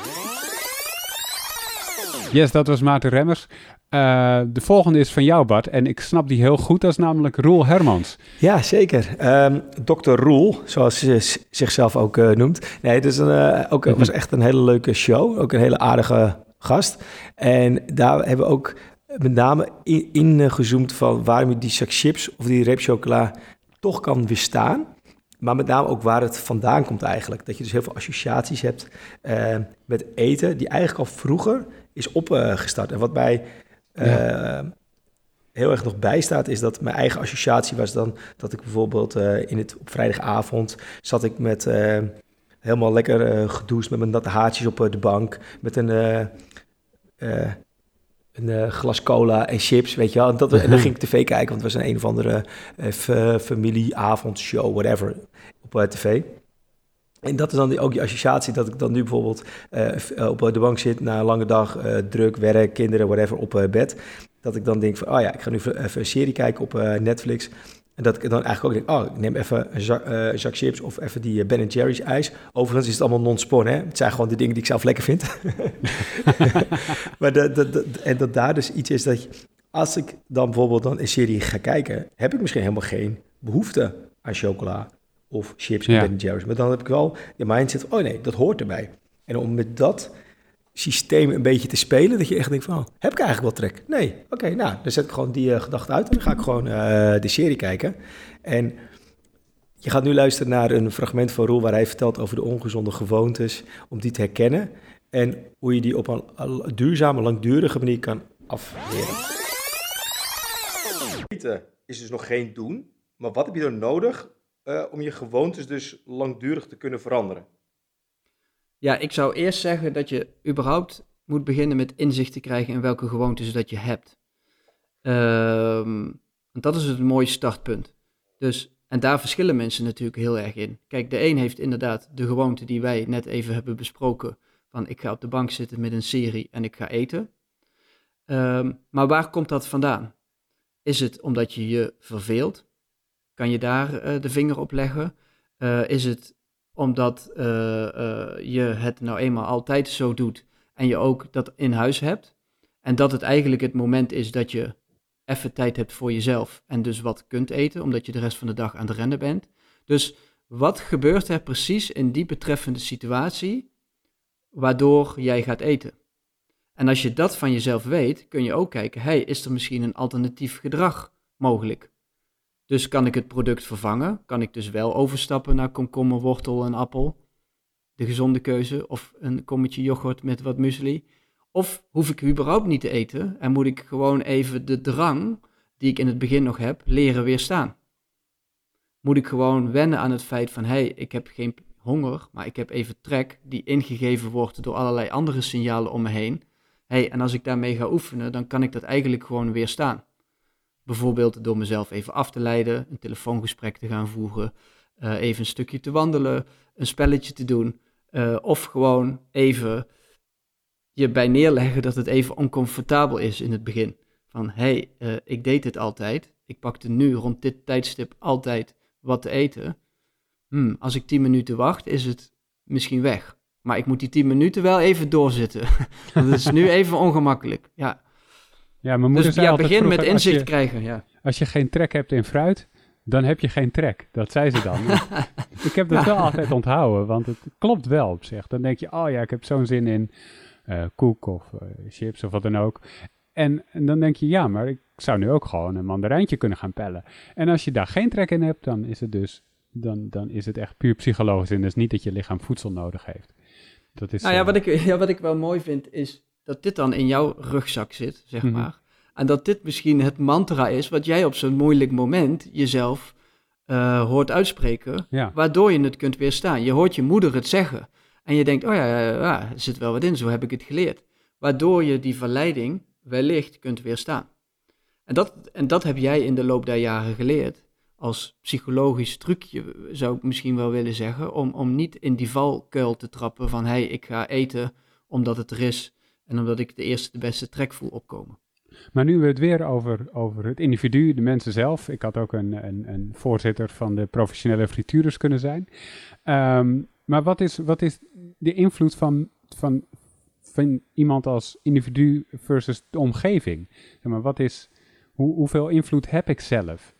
Yes, dat was Maarten Remmers. De volgende is van jou, Bart. En ik snap die heel goed. Dat is namelijk Roel Hermans. Ja, zeker. Dr. Roel, zoals hij zichzelf ook noemt. Nee, dus was echt een hele leuke show. Ook een hele aardige gast. En daar hebben we ook met name ingezoomd van waarom je die zak chips of die reep chocola toch kan weerstaan. Maar met name ook waar het vandaan komt eigenlijk. Dat je dus heel veel associaties hebt met eten die eigenlijk al vroeger is opgestart. En wat mij heel erg nog bijstaat is dat mijn eigen associatie was dan dat ik bijvoorbeeld op vrijdagavond zat ik met helemaal lekker gedoucht met mijn natte haartjes op de bank met een glas cola en chips, weet je wel. En dan ging ik tv kijken, want het was een of andere familieavondshow, whatever, op tv. En dat is dan ook die associatie dat ik dan nu bijvoorbeeld op de bank zit na een lange dag, druk, werk, kinderen, whatever, op bed. Dat ik dan denk van, ik ga nu even een serie kijken op Netflix. En dat ik dan eigenlijk ook denk, ik neem even een zak chips of even die Ben & Jerry's ijs. Overigens is het allemaal non-spon, hè. Het zijn gewoon de dingen die ik zelf lekker vind. Maar dat daar dus iets is dat als ik dan bijvoorbeeld een serie ga kijken, heb ik misschien helemaal geen behoefte aan chocola of chips en Ben & Jerry's. Maar dan heb ik wel de mindset van, nee, dat hoort erbij. En om met dat systeem een beetje te spelen, dat je echt denkt van, heb ik eigenlijk wel trek? Nee, oké, dan zet ik gewoon die gedachte uit en dan ga ik gewoon de serie kijken. En je gaat nu luisteren naar een fragment van Roel waar hij vertelt over de ongezonde gewoontes, om die te herkennen en hoe je die op een duurzame, langdurige manier kan afleren. Eten is dus nog geen doen, maar wat heb je er nodig om je gewoontes dus langdurig te kunnen veranderen? Ja, ik zou eerst zeggen dat je überhaupt moet beginnen met inzicht te krijgen in welke gewoontes dat je hebt. Want dat is het mooie startpunt. Dus, en daar verschillen mensen natuurlijk heel erg in. Kijk, de een heeft inderdaad de gewoonte die wij net even hebben besproken. Van ik ga op de bank zitten met een serie en ik ga eten. Maar waar komt dat vandaan? Is het omdat je je verveelt? Kan je daar de vinger op leggen? Is het omdat je het nou eenmaal altijd zo doet en je ook dat in huis hebt? En dat het eigenlijk het moment is dat je even tijd hebt voor jezelf en dus wat kunt eten, omdat je de rest van de dag aan het rennen bent. Dus wat gebeurt er precies in die betreffende situatie waardoor jij gaat eten? En als je dat van jezelf weet, kun je ook kijken, hey, is er misschien een alternatief gedrag mogelijk? Dus kan ik het product vervangen? Kan ik dus wel overstappen naar komkommer, wortel en appel? De gezonde keuze, of een kommetje yoghurt met wat muesli? Of hoef ik überhaupt niet te eten en moet ik gewoon even de drang die ik in het begin nog heb, leren weerstaan? Moet ik gewoon wennen aan het feit van, hey, ik heb geen honger, maar ik heb even trek die ingegeven wordt door allerlei andere signalen om me heen. Hey, en als ik daarmee ga oefenen, dan kan ik dat eigenlijk gewoon weerstaan. Bijvoorbeeld door mezelf even af te leiden, een telefoongesprek te gaan voeren, even een stukje te wandelen, een spelletje te doen, of gewoon even je bij neerleggen dat het even oncomfortabel is in het begin. Van, hey, ik deed dit altijd, ik pakte nu rond dit tijdstip altijd wat te eten. Als ik 10 minuten wacht, is het misschien weg. Maar ik moet die 10 minuten wel even doorzitten. Dat is nu even ongemakkelijk, ja. Ja, mijn moeder Dus zei ja, altijd begin met vroeger, inzicht krijgen, ja. Als je geen trek hebt in fruit, dan heb je geen trek. Dat zei ze dan. Ik heb dat wel altijd onthouden, want het klopt wel op zich. Dan denk je, oh ja, ik heb zo'n zin in koek of chips of wat dan ook. En dan denk je, ja, maar ik zou nu ook gewoon een mandarijntje kunnen gaan pellen. En als je daar geen trek in hebt, dan is het dus, dan is het echt puur psychologisch. En dat is niet dat je lichaam voedsel nodig heeft. Dat is, Nou ja, wat ik wel mooi vind, is dat dit dan in jouw rugzak zit, zeg maar. En dat dit misschien het mantra is wat jij op zo'n moeilijk moment jezelf hoort uitspreken, waardoor je het kunt weerstaan. Je hoort je moeder het zeggen en je denkt, oh ja, er zit wel wat in, zo heb ik het geleerd. Waardoor je die verleiding wellicht kunt weerstaan. En dat heb jij in de loop der jaren geleerd, als psychologisch trucje zou ik misschien wel willen zeggen, om niet in die valkuil te trappen van, hey, ik ga eten omdat het er is en omdat ik de eerste de beste trek voel opkomen. Maar nu we het weer over het individu, de mensen zelf. Ik had ook een voorzitter van de professionele frituurders kunnen zijn. Maar wat is de invloed van iemand als individu versus de omgeving? Zeg maar, hoeveel invloed heb ik zelf?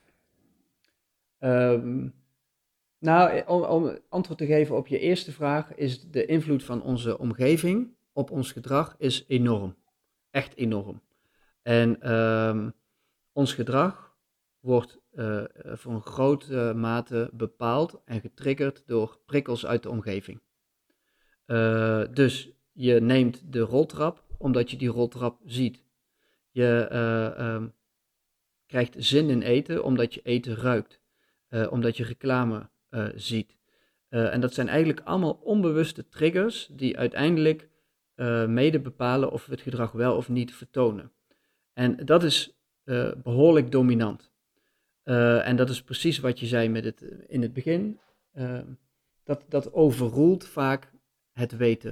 Nou, om antwoord te geven op je eerste vraag, is de invloed van onze omgeving op ons gedrag is enorm. Echt enorm. En ons gedrag wordt voor een grote mate bepaald en getriggerd door prikkels uit de omgeving. Dus je neemt de roltrap omdat je die roltrap ziet. Je krijgt zin in eten omdat je eten ruikt. Omdat je reclame ziet. En dat zijn eigenlijk allemaal onbewuste triggers die uiteindelijk mede bepalen of we het gedrag wel of niet vertonen. En dat is behoorlijk dominant. En dat is precies wat je zei in het begin. Dat overroelt vaak het weten.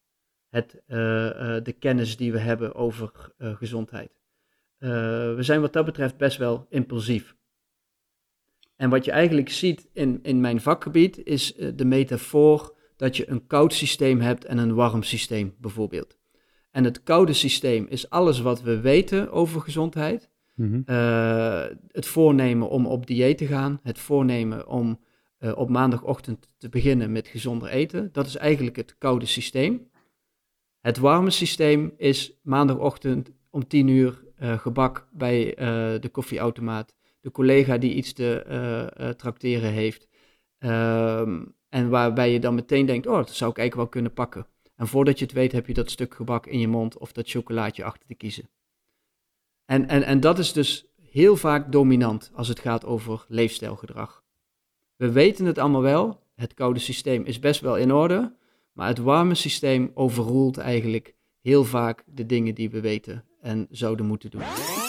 De kennis die we hebben over gezondheid. We zijn wat dat betreft best wel impulsief. En wat je eigenlijk ziet in mijn vakgebied is de metafoor dat je een koud systeem hebt en een warm systeem bijvoorbeeld. En het koude systeem is alles wat we weten over gezondheid. Het voornemen om op dieet te gaan. Het voornemen om op maandagochtend te beginnen met gezonder eten. Dat is eigenlijk het koude systeem. Het warme systeem is maandagochtend om 10 uur gebak bij de koffieautomaat. De collega die iets te trakteren heeft. En waarbij je dan meteen denkt, dat zou ik eigenlijk wel kunnen pakken. En voordat je het weet heb je dat stuk gebak in je mond of dat chocolaatje achter te kiezen. En dat is dus heel vaak dominant als het gaat over leefstijlgedrag. We weten het allemaal wel, het koude systeem is best wel in orde, maar het warme systeem overroelt eigenlijk heel vaak de dingen die we weten en zouden moeten doen.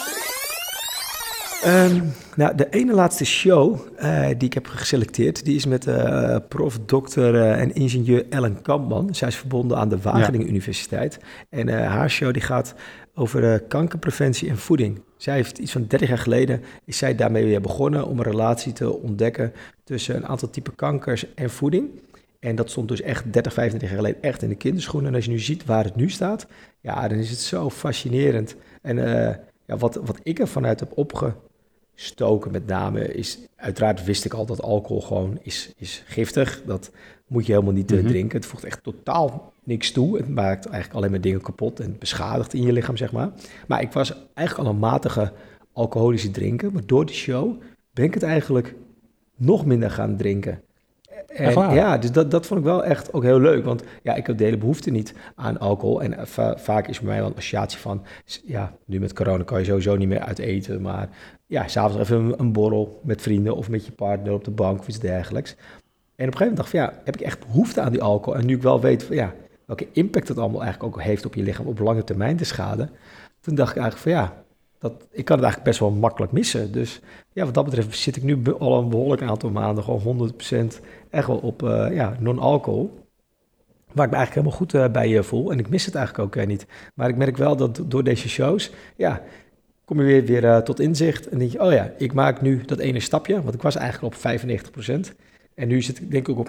De ene laatste show die ik heb geselecteerd, die is met prof, dokter en ingenieur Ellen Kampman. Zij is verbonden aan de Wageningen Universiteit. En haar show die gaat over kankerpreventie en voeding. Zij heeft iets van 30 jaar geleden, is zij daarmee weer begonnen om een relatie te ontdekken tussen een aantal typen kankers en voeding. En dat stond dus echt 30, 35 jaar geleden echt in de kinderschoenen. En als je nu ziet waar het nu staat, ja, dan is het zo fascinerend. En wat ik ervan uit heb opgestoken met name is, uiteraard wist ik al dat alcohol gewoon is giftig. Dat moet je helemaal niet drinken. Het voegt echt totaal niks toe. Het maakt eigenlijk alleen maar dingen kapot en beschadigt in je lichaam, zeg maar. Maar ik was eigenlijk al een matige alcoholische drinker. Maar door de show ben ik het eigenlijk nog minder gaan drinken. En ja, dus dat vond ik wel echt ook heel leuk. Want ja, ik heb de hele behoefte niet aan alcohol. En vaak is bij mij wel een associatie van, ja, nu met corona kan je sowieso niet meer uit eten. Maar ja, s'avonds even een borrel met vrienden of met je partner op de bank of iets dergelijks. En op een gegeven moment dacht ik van, ja, heb ik echt behoefte aan die alcohol? En nu ik wel weet van, ja, welke impact het allemaal eigenlijk ook heeft op je lichaam op lange termijn, de schade. Toen dacht ik eigenlijk van, ja, ik kan het eigenlijk best wel makkelijk missen. Dus ja, wat dat betreft zit ik nu al een behoorlijk aantal maanden gewoon 100% echt wel op non-alcohol. Waar ik me eigenlijk helemaal goed bij voel. En ik mis het eigenlijk ook niet. Maar ik merk wel dat door deze shows, ja, kom je weer tot inzicht. En denk je, oh ja, ik maak nu dat ene stapje. Want ik was eigenlijk op 95%. En nu zit ik denk ik op 99%.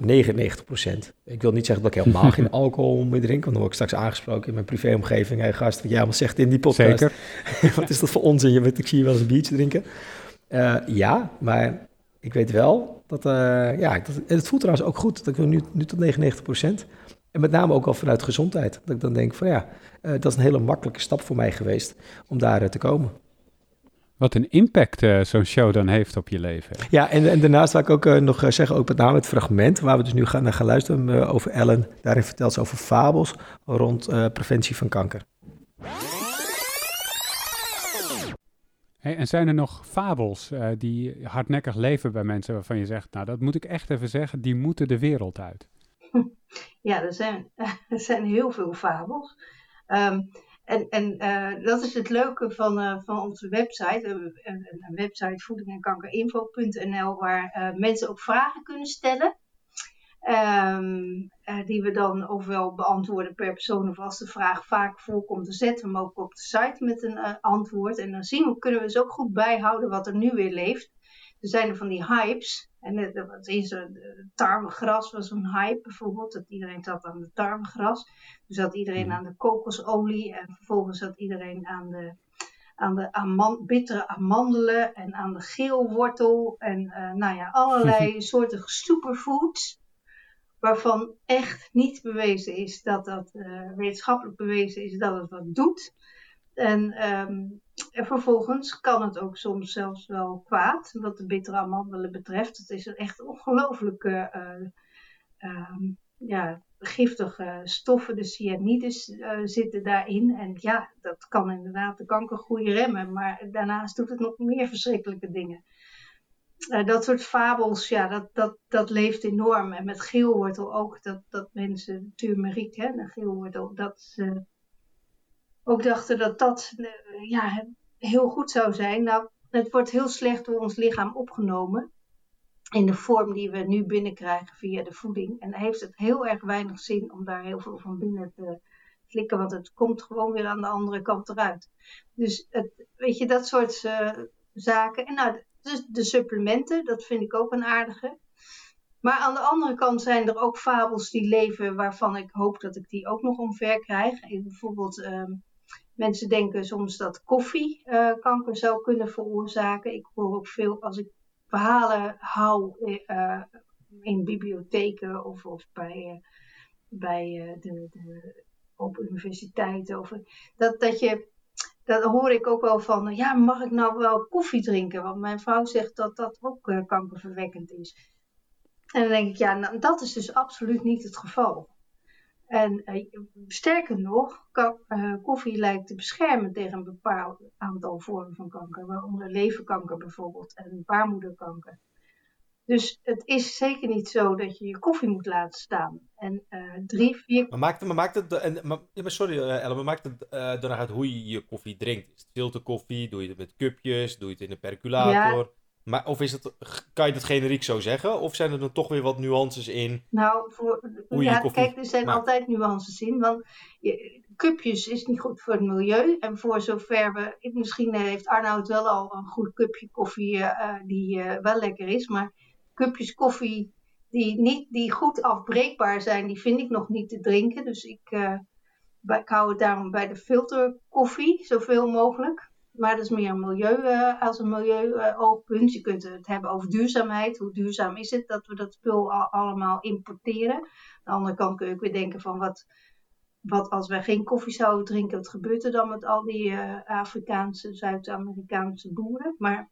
Ik wil niet zeggen dat ik helemaal geen alcohol meer drink. Want dan word ik straks aangesproken in mijn privéomgeving. Hey gast, wat jij allemaal zegt in die podcast. Zeker. Wat is dat voor onzin? Ik zie je wel eens een biertje drinken. Ja, maar ik weet wel dat... het voelt trouwens ook goed dat ik nu tot 99%. En met name ook al vanuit gezondheid. Dat ik dan denk van ja, dat is een hele makkelijke stap voor mij geweest om daar te komen. Wat een impact zo'n show dan heeft op je leven. Ja, en daarnaast wil ik ook nog zeggen, ook met name het fragment waar we dus nu naar gaan luisteren over Ellen. Daarin vertelt ze over fabels rond preventie van kanker. Hey, en zijn er nog fabels die hardnekkig leven bij mensen waarvan je zegt, nou dat moet ik echt even zeggen, die moeten de wereld uit? Ja, er zijn heel veel fabels. Dat is het leuke van onze website. Een website voedingenkankerinfo.nl waar mensen ook vragen kunnen stellen. Die we dan ofwel beantwoorden per persoon of als de vraag vaak voorkomt, dan zetten we hem ook op de site met een antwoord. En dan kunnen we dus ook goed bijhouden wat er nu weer leeft. Er zijn er van die hypes. En tarwegras was een hype bijvoorbeeld. Dat iedereen zat aan de tarwegras. Toen zat iedereen aan de kokosolie. En vervolgens zat iedereen aan de bittere amandelen. En aan de geelwortel. En allerlei soorten superfoods. Waarvan echt niet bewezen is dat wetenschappelijk bewezen is dat het wat doet. En vervolgens kan het ook soms zelfs wel kwaad, wat de bittere amandelen betreft. Het is echt ongelooflijke giftige stoffen, de cyanides zitten daarin. En ja, dat kan inderdaad de kankergroei remmen, maar daarnaast doet het nog meer verschrikkelijke dingen. Dat soort fabels, ja, dat leeft enorm. En met geelwortel ook, dat mensen, turmeriek, hè, de geelwortel, dat ze ook dachten dat heel goed zou zijn. Nou, het wordt heel slecht door ons lichaam opgenomen. In de vorm die we nu binnenkrijgen via de voeding. En dan heeft het heel erg weinig zin om daar heel veel van binnen te flikken. Want het komt gewoon weer aan de andere kant eruit. Dus dat soort zaken. En nou, dus de supplementen, dat vind ik ook een aardige. Maar aan de andere kant zijn er ook fabels die leven waarvan ik hoop dat ik die ook nog omver krijg. Bijvoorbeeld, mensen denken soms dat koffie kanker zou kunnen veroorzaken. Ik hoor ook veel, als ik verhalen hou in bibliotheken of op universiteiten. Dat hoor ik ook wel van, ja, mag ik nou wel koffie drinken? Want mijn vrouw zegt dat dat ook kankerverwekkend is. En dan denk ik, ja, nou, dat is dus absoluut niet het geval. En sterker nog, koffie lijkt te beschermen tegen een bepaald aantal vormen van kanker, waaronder leverkanker bijvoorbeeld en baarmoederkanker. Dus het is zeker niet zo dat je je koffie moet laten staan. En 3-4... Maar maakt het... sorry Ellen, maar maakt het dan uit hoe je je koffie drinkt? Is het filterkoffie? Doe je het met cupjes? Doe je het in een percolator? Ja. Maar, of kan je dat generiek zo zeggen? Of zijn er dan toch weer wat nuances in? Nou, kijk, er zijn altijd nuances in. Want cupjes is niet goed voor het milieu. En voor zover misschien heeft Arnoud wel al een goed cupje koffie die wel lekker is. Maar cupjes koffie die goed afbreekbaar zijn, die vind ik nog niet te drinken. Dus ik hou het daarom bij de filterkoffie, zoveel mogelijk. Maar dat is meer als een milieu-oogpunt. Je kunt het hebben over duurzaamheid. Hoe duurzaam is het dat we dat spul allemaal importeren? Aan de andere kant kun je ook weer denken van wat als wij geen koffie zouden drinken, wat gebeurt er dan met al die Afrikaanse, Zuid-Amerikaanse boeren? Maar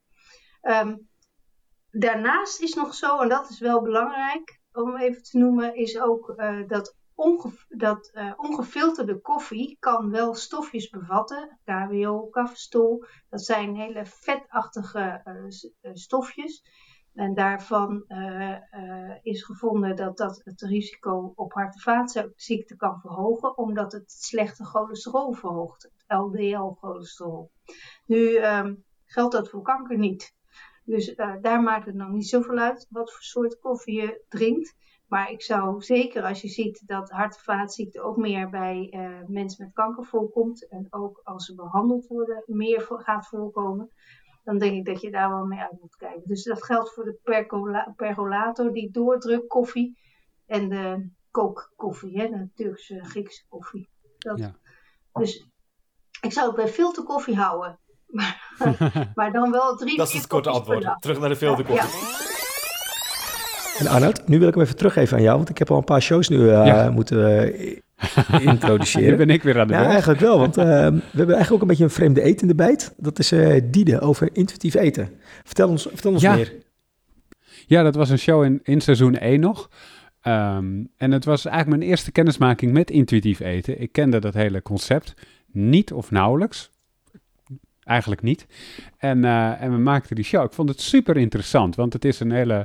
daarnaast is nog zo, en dat is wel belangrijk om even te noemen, is ook dat ongefilterde koffie kan wel stofjes bevatten, KWO, kafestol. Dat zijn hele vetachtige stofjes. En daarvan is gevonden dat het risico op hart- en vaatziekten kan verhogen, omdat het slechte cholesterol verhoogt, het LDL-cholesterol. Nu geldt dat voor kanker niet. Dus daar maakt het nog niet zoveel uit wat voor soort koffie je drinkt. Maar ik zou zeker, als je ziet dat hart- en vaatziekten ook meer bij mensen met kanker voorkomt, en ook als ze behandeld worden meer gaat voorkomen, dan denk ik dat je daar wel mee uit moet kijken. Dus dat geldt voor de percolator, die doordruk koffie, en de kookkoffie, de Turkse, Griekse koffie. Dus ik zou het bij filterkoffie houden. Maar dan wel 3-4 Dat is het korte antwoord. Terug naar de filterkoffie. Ja. En Arnoud, nu wil ik hem even teruggeven aan jou, want ik heb al een paar shows nu moeten introduceren. Nu ben ik weer aan de beurt. Ja, eigenlijk wel, want we hebben eigenlijk ook een beetje een vreemde eten in de bijt. Dat is Diede over intuïtief eten. Vertel ons meer. Ja, dat was een show in seizoen 1 nog. En het was eigenlijk mijn eerste kennismaking met intuïtief eten. Ik kende dat hele concept niet of nauwelijks. Eigenlijk niet. En we maakten die show. Ik vond het super interessant, want het is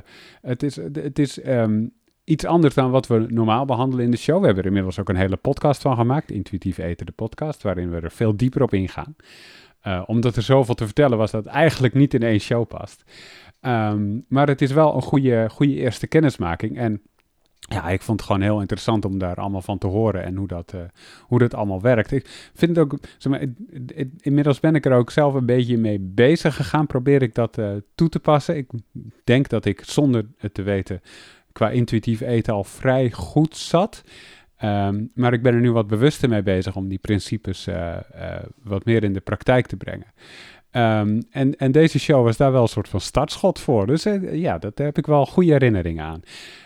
iets anders dan wat we normaal behandelen in de show. We hebben er inmiddels ook een hele podcast van gemaakt, Intuïtief Eten, de podcast, waarin we er veel dieper op ingaan. Omdat er zoveel te vertellen was dat het eigenlijk niet in één show past. Maar het is wel een goede eerste kennismaking. En ja, ik vond het gewoon heel interessant om daar allemaal van te horen en hoe dat allemaal werkt. Ik vind het ook, zeg maar, inmiddels ben ik er ook zelf een beetje mee bezig gegaan. Probeer ik dat toe te passen. Ik denk dat ik zonder het te weten qua intuïtief eten al vrij goed zat. Maar ik ben er nu wat bewuster mee bezig om die principes wat meer in de praktijk te brengen. En deze show was daar wel een soort van startschot voor. Dus ja, daar heb ik wel goede herinneringen aan.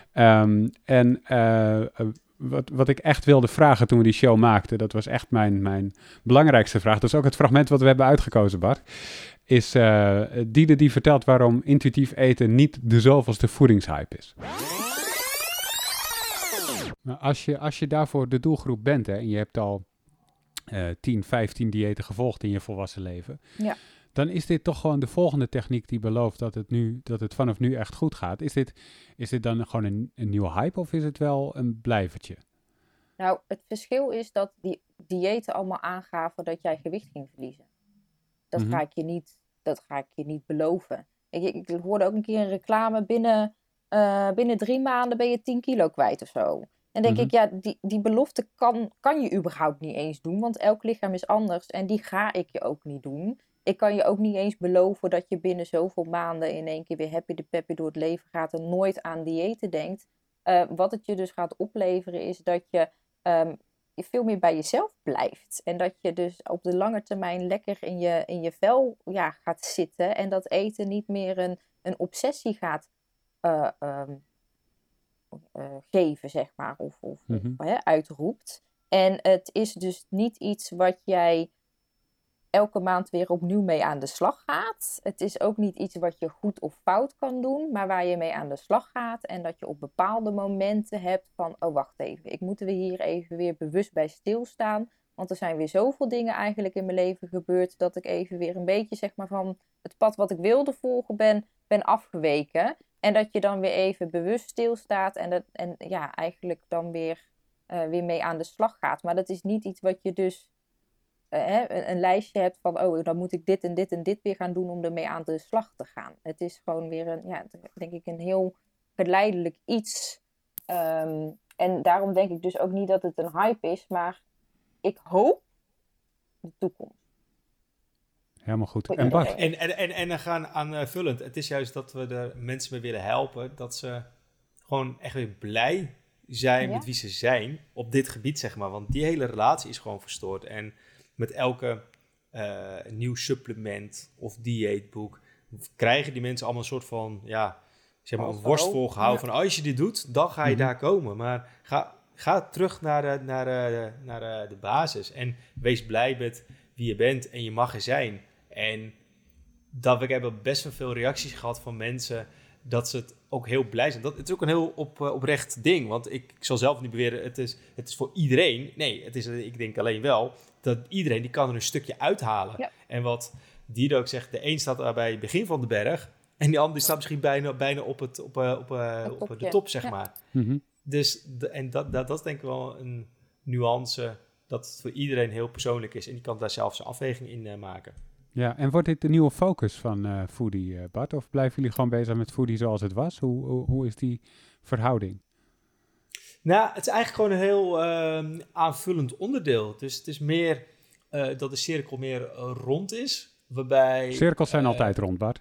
Wat ik echt wilde vragen toen we die show maakten, dat was echt mijn belangrijkste vraag. Dat is ook het fragment wat we hebben uitgekozen, Bart. Is Diede die vertelt waarom intuïtief eten niet de zoveelste voedingshype is. Maar als je daarvoor de doelgroep bent, hè, en je hebt al 10, 15 diëten gevolgd in je volwassen leven, ja, dan is dit toch gewoon de volgende techniek die belooft dat het vanaf nu echt goed gaat. Is dit dan gewoon een nieuwe hype of is het wel een blijvertje? Nou, het verschil is dat die diëten allemaal aangaven dat jij gewicht ging verliezen. Dat ga ik je niet beloven. Ik hoorde ook een keer een reclame, binnen 3 maanden ben je 10 kilo kwijt of zo. En denk ik, ja, die belofte kan je überhaupt niet eens doen, want elk lichaam is anders en die ga ik je ook niet doen. Ik kan je ook niet eens beloven dat je binnen zoveel maanden in één keer weer happy de peppy door het leven gaat en nooit aan diëten denkt. Wat het je dus gaat opleveren is dat je veel meer bij jezelf blijft. En dat je dus op de lange termijn lekker in je vel gaat zitten en dat eten niet meer een obsessie gaat geven, zeg maar, of uitroept. En het is dus niet iets wat jij elke maand weer opnieuw mee aan de slag gaat. Het is ook niet iets wat je goed of fout kan doen, maar waar je mee aan de slag gaat. En dat je op bepaalde momenten hebt van, oh wacht even, ik moet er hier even weer bewust bij stilstaan. Want er zijn weer zoveel dingen eigenlijk in mijn leven gebeurd, dat ik even weer een beetje zeg maar van het pad wat ik wilde volgen ben afgeweken. En dat je dan weer even bewust stilstaat en eigenlijk dan weer mee aan de slag gaat. Maar dat is niet iets wat je dus een lijstje hebt van, oh, dan moet ik dit en dit en dit weer gaan doen om ermee aan de slag te gaan. Het is gewoon weer denk ik een heel geleidelijk iets. En daarom denk ik dus ook niet dat het een hype is, maar ik hoop de toekomst. Helemaal goed. En Bart? En dan gaan aanvullend. Het is juist dat we de mensen mee willen helpen, dat ze gewoon echt weer blij zijn met wie ze zijn op dit gebied, zeg maar. Want die hele relatie is gewoon verstoord. En met elke nieuw supplement of dieetboek krijgen die mensen allemaal een soort van, een worst volgehouden van, als je dit doet, dan ga je daar komen. Maar ga terug naar de basis en wees blij met wie je bent en je mag er zijn. En we hebben best wel veel reacties gehad van mensen dat ze het ook heel blij zijn. Het is ook een heel oprecht ding, want ik zal zelf niet beweren, het is voor iedereen. Nee, ik denk alleen wel dat iedereen die kan er een stukje uithalen. Ja. En wat Dido ook zegt, de een staat bij het begin van de berg en die ander staat misschien bijna op de top, zeg maar. Mm-hmm. Dus dat is denk ik wel een nuance dat het voor iedereen heel persoonlijk is en die kan daar zelf zijn afweging in maken. Ja, en wordt dit de nieuwe focus van Foodie, Bart? Of blijven jullie gewoon bezig met Foodie zoals het was? Hoe is die verhouding? Nou, het is eigenlijk gewoon een heel aanvullend onderdeel. Dus het is meer dat de cirkel meer rond is. Waarbij cirkels zijn altijd rond, Bart.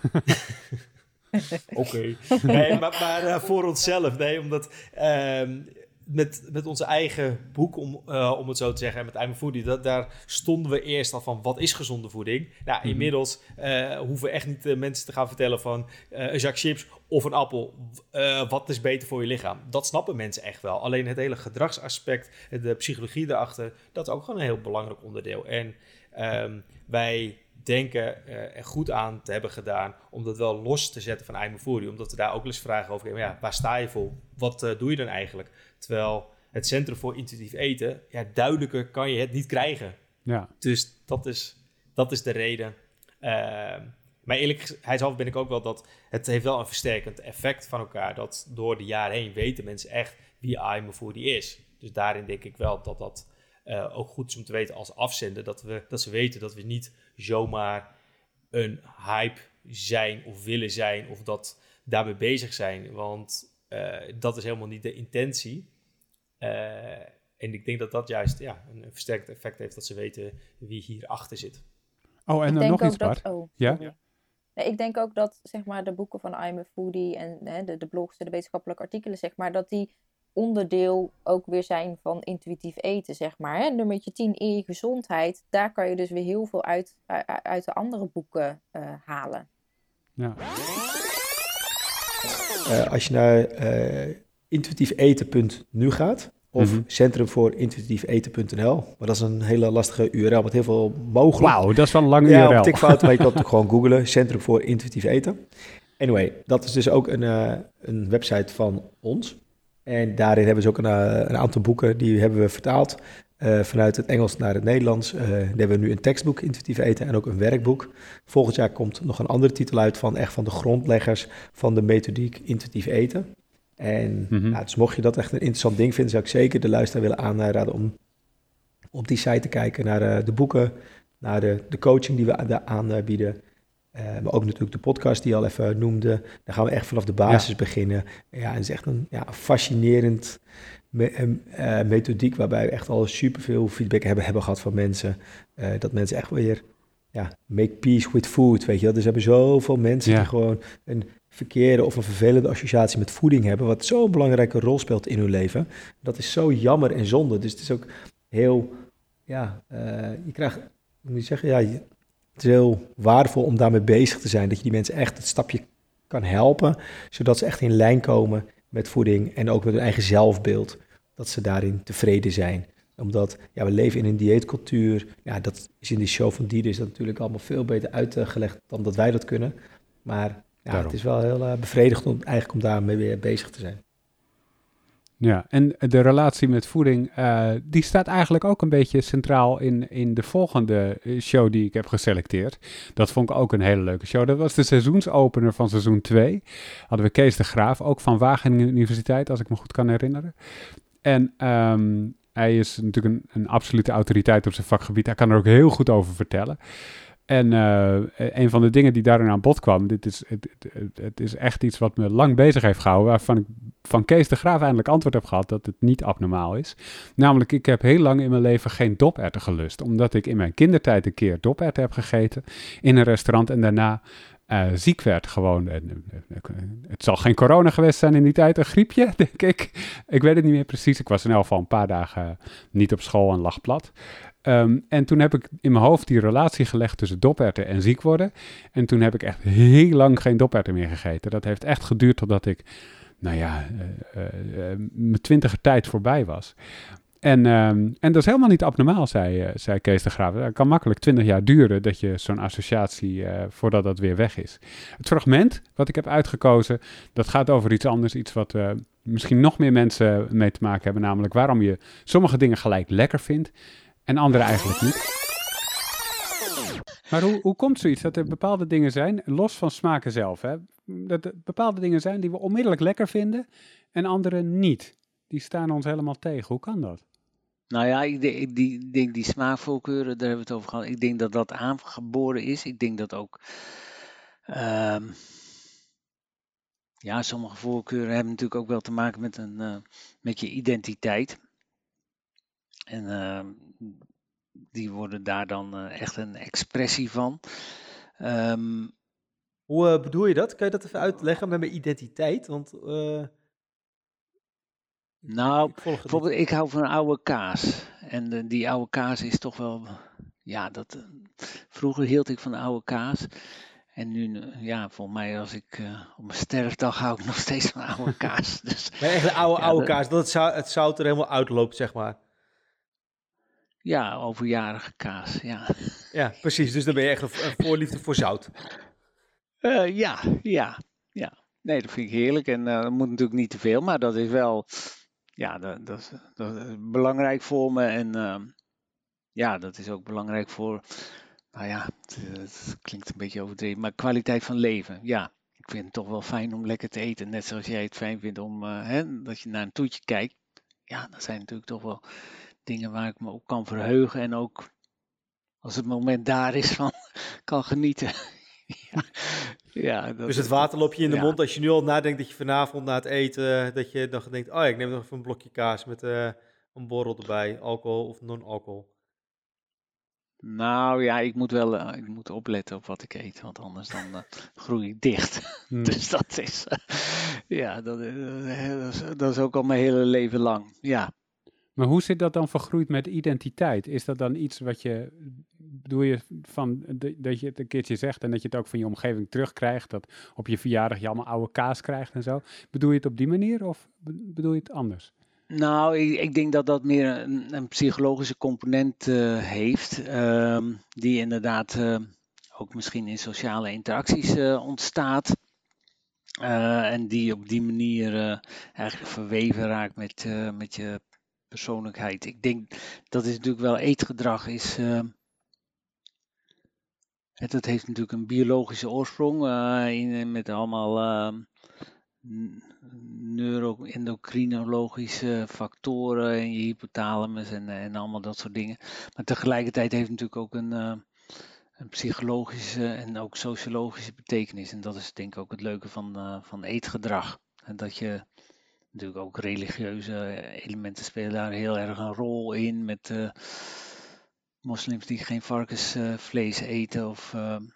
Oké. Nee, maar voor onszelf. Nee, omdat met onze eigen boek, om het zo te zeggen, met I'm a Foodie, daar stonden we eerst al van, wat is gezonde voeding? Nou, inmiddels hoeven we echt niet mensen te gaan vertellen van een zak chips of een appel, wat is beter voor je lichaam? Dat snappen mensen echt wel. Alleen het hele gedragsaspect, de psychologie daarachter, dat is ook gewoon een heel belangrijk onderdeel. En wij denken er goed aan te hebben gedaan om dat wel los te zetten van I'm a Foodie, omdat we daar ook eens vragen over hebben. Ja, waar sta je voor? Wat doe je dan eigenlijk? Terwijl het Centrum voor Intuïtief Eten, duidelijker kan je het niet krijgen. Ja. Dus dat is de reden. Maar eerlijkheidshalve ben ik ook wel dat het heeft wel een versterkend effect van elkaar. Dat door de jaren heen weten mensen echt wie I'm a Foodie is. Dus daarin denk ik wel dat ook goed is om te weten als afzender. Dat ze weten dat we niet zomaar een hype zijn of willen zijn of dat daarmee bezig zijn. Want dat is helemaal niet de intentie. En ik denk dat juist een versterkt effect heeft dat ze weten wie hierachter zit. Oh, en dan nog iets, Bart. Ja? Nee, ik denk ook dat zeg maar, de boeken van I'm a Foodie en de blogs, de wetenschappelijke artikelen, zeg maar, dat die onderdeel ook weer zijn van intuïtief eten, zeg maar. Hè? Nummertje 10, eer je gezondheid. Daar kan je dus weer heel veel uit de andere boeken halen. Ja. Als je naar intuïtiefeten.nu gaat, of centrumvoorintuïtiefeten.nl, maar dat is een hele lastige URL met heel veel mogelijk. Wauw, dat is wel een lange URL. Ja, een tikfout, maar je kan het ook gewoon googlen, Centrum voor Intuïtief Eten. Anyway, dat is dus ook een website van ons. En daarin hebben ze ook een aantal boeken, die hebben we vertaald. Vanuit het Engels naar het Nederlands. Daar hebben we nu een tekstboek, Intuïtief Eten, en ook een werkboek. Volgend jaar komt nog een andere titel uit van de grondleggers van de methodiek Intuïtief Eten. En dus mocht je dat echt een interessant ding vinden, zou ik zeker de luisteraar willen aanraden om op die site te kijken naar de boeken, naar de coaching die we daar aanbieden. Maar ook natuurlijk de podcast die je al even noemde. Daar gaan we echt vanaf de basis beginnen. Ja, en het is echt een fascinerend methodiek waarbij we echt al superveel feedback hebben gehad van mensen. Dat mensen echt weer make peace with food, weet je wel. Dus we hebben zoveel mensen die gewoon een verkeerde of een vervelende associatie met voeding hebben, wat zo'n belangrijke rol speelt in hun leven. Dat is zo jammer en zonde. Dus het is ook heel, je krijgt, hoe moet je zeggen, het is heel waardevol om daarmee bezig te zijn. Dat je die mensen echt het stapje kan helpen, zodat ze echt in lijn komen met voeding en ook met hun eigen zelfbeeld. Dat ze daarin tevreden zijn. Omdat we leven in een dieetcultuur. Ja, dat is in die show van Dieder is dat natuurlijk allemaal veel beter uitgelegd dan dat wij dat kunnen. Maar het is wel heel bevredigend om daarmee weer bezig te zijn. Ja, en de relatie met voeding, die staat eigenlijk ook een beetje centraal in de volgende show die ik heb geselecteerd. Dat vond ik ook een hele leuke show. Dat was de seizoensopener van seizoen 2. Hadden we Kees de Graaf, ook van Wageningen Universiteit, als ik me goed kan herinneren. En hij is natuurlijk een absolute autoriteit op zijn vakgebied. Hij kan er ook heel goed over vertellen. En een van de dingen die daarin aan bod kwam, het is echt iets wat me lang bezig heeft gehouden, waarvan ik van Kees de Graaf eindelijk antwoord heb gehad dat het niet abnormaal is. Namelijk, ik heb heel lang in mijn leven geen doperwten gelust, omdat ik in mijn kindertijd een keer doperwten heb gegeten in een restaurant en daarna ziek werd gewoon. Het zal geen corona geweest zijn in die tijd, een griepje, denk ik. Ik weet het niet meer precies. Ik was in elk geval een paar dagen niet op school en lag plat. En toen heb ik in mijn hoofd die relatie gelegd tussen doperwten en ziek worden. En toen heb ik echt heel lang geen doperwten meer gegeten. Dat heeft echt geduurd totdat ik, mijn 20er tijd voorbij was. En dat is helemaal niet abnormaal, zei Kees de Graaf. Het kan makkelijk 20 jaar duren dat je zo'n associatie, voordat dat weer weg is. Het fragment wat ik heb uitgekozen, dat gaat over iets anders. Iets wat misschien nog meer mensen mee te maken hebben. Namelijk waarom je sommige dingen gelijk lekker vindt en andere eigenlijk niet. Maar hoe komt zoiets dat er bepaalde dingen zijn, los van smaken zelf, hè? Dat er bepaalde dingen zijn die we onmiddellijk lekker vinden en andere niet? Die staan ons helemaal tegen. Hoe kan dat? Nou ja, ik denk die smaakvoorkeuren, daar hebben we het over gehad. Ik denk dat dat aangeboren is. Ik denk dat ook, sommige voorkeuren hebben natuurlijk ook wel te maken met je identiteit. En die worden daar dan echt een expressie van. Hoe bedoel je dat? Kan je dat even uitleggen met mijn identiteit? Want bijvoorbeeld, ik hou van oude kaas. En die oude kaas is toch wel, vroeger hield ik van oude kaas. En nu, volgens mij als ik op mijn sterfdag hou ik nog steeds van oude kaas. Dus, maar echt de oude kaas, dat het zout er helemaal uitloopt, zeg maar. Ja, overjarige kaas, ja. Ja, precies. Dus dan ben je echt een voorliefde voor zout. Ja. Nee, dat vind ik heerlijk. En dat moet natuurlijk niet te veel, maar dat is wel, dat is belangrijk voor me. En dat is ook belangrijk voor, het klinkt een beetje overdreven, maar kwaliteit van leven. Ja, ik vind het toch wel fijn om lekker te eten. Net zoals jij het fijn vindt om, dat je naar een toetje kijkt. Ja, dat zijn natuurlijk toch wel dingen waar ik me op kan verheugen en ook als het moment daar is van kan genieten. Dus het water loopt je in de mond als je nu al nadenkt dat je vanavond na het eten, dat je dan denkt, ik neem nog even een blokje kaas met een borrel erbij, alcohol of non-alcohol. Nou ja, ik moet opletten op wat ik eet, want anders dan groei ik dicht. Dus dat is, dat is ook al mijn hele leven lang, ja. Maar hoe zit dat dan vergroeid met identiteit? Is dat dan iets wat bedoel je dat je het een keertje zegt en dat je het ook van je omgeving terugkrijgt, dat op je verjaardag je allemaal oude kaas krijgt en zo? Bedoel je het op die manier of bedoel je het anders? Nou, ik denk dat dat meer een psychologische component heeft, die inderdaad ook misschien in sociale interacties ontstaat. En die op die manier eigenlijk verweven raakt met je persoonlijkheid. Ik denk dat is natuurlijk wel eetgedrag is. Dat heeft natuurlijk een biologische oorsprong met allemaal neuroendocrinologische factoren in je hypothalamus en allemaal dat soort dingen. Maar tegelijkertijd heeft het natuurlijk ook een psychologische en ook sociologische betekenis. En dat is denk ik ook het leuke van eetgedrag. En dat je natuurlijk ook religieuze elementen spelen daar heel erg een rol in met moslims die geen varkensvlees eten of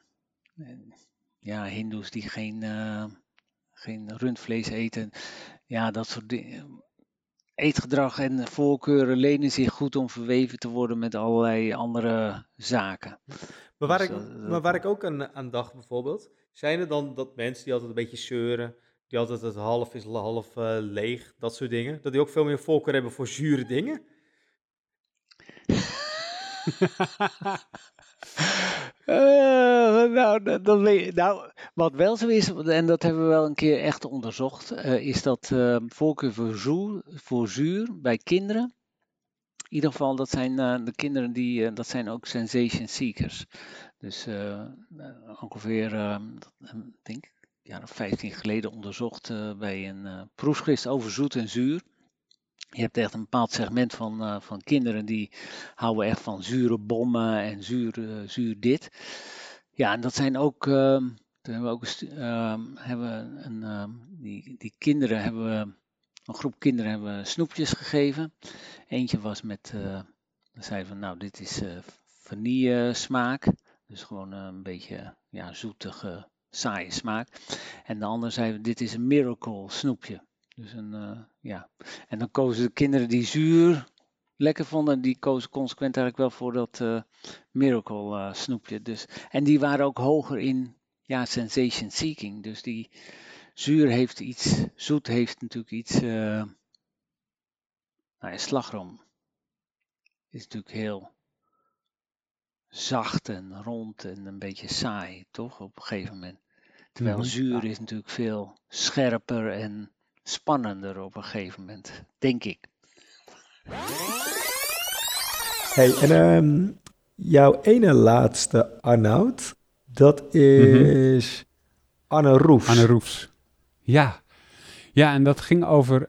hindoes die geen rundvlees eten. Ja, dat soort dingen. Eetgedrag en voorkeuren lenen zich goed om verweven te worden met allerlei andere zaken. Maar waar ik ook aan dacht bijvoorbeeld, zijn er dan dat mensen die altijd een beetje zeuren, die altijd het half is half leeg, dat soort dingen, dat die ook veel meer voorkeur hebben voor zure dingen? Wat wel zo is, en dat hebben we wel een keer echt onderzocht, is dat voorkeur voor zuur bij kinderen. In ieder geval, dat zijn de kinderen dat zijn ook sensation seekers. Dus ongeveer, ik denk, een jaar of 15 geleden onderzocht bij een proefschrift over zoet en zuur. Je hebt echt een bepaald segment van kinderen die houden echt van zure bommen en zuur dit. Ja, en dat zijn ook, toen hebben we ook die kinderen hebben we, een groep kinderen hebben we snoepjes gegeven. Eentje was met, dan zeiden van nou dit is vanille smaak. Dus gewoon een beetje zoetige, saaie smaak. En de andere zei dit is een miracle snoepje. Dus en dan kozen de kinderen die zuur lekker vonden, die kozen consequent eigenlijk wel voor dat miracle snoepje. Dus, en die waren ook hoger in sensation seeking. Dus die zuur heeft iets, zoet heeft natuurlijk iets, slagroom is natuurlijk heel zacht en rond en een beetje saai, toch, op een gegeven moment. Terwijl zuur is natuurlijk veel scherper en spannender op een gegeven moment, denk ik. Hey, en jouw ene laatste Arnoud, dat is Anne Roefs. Anne Roefs, ja. Ja, en dat ging over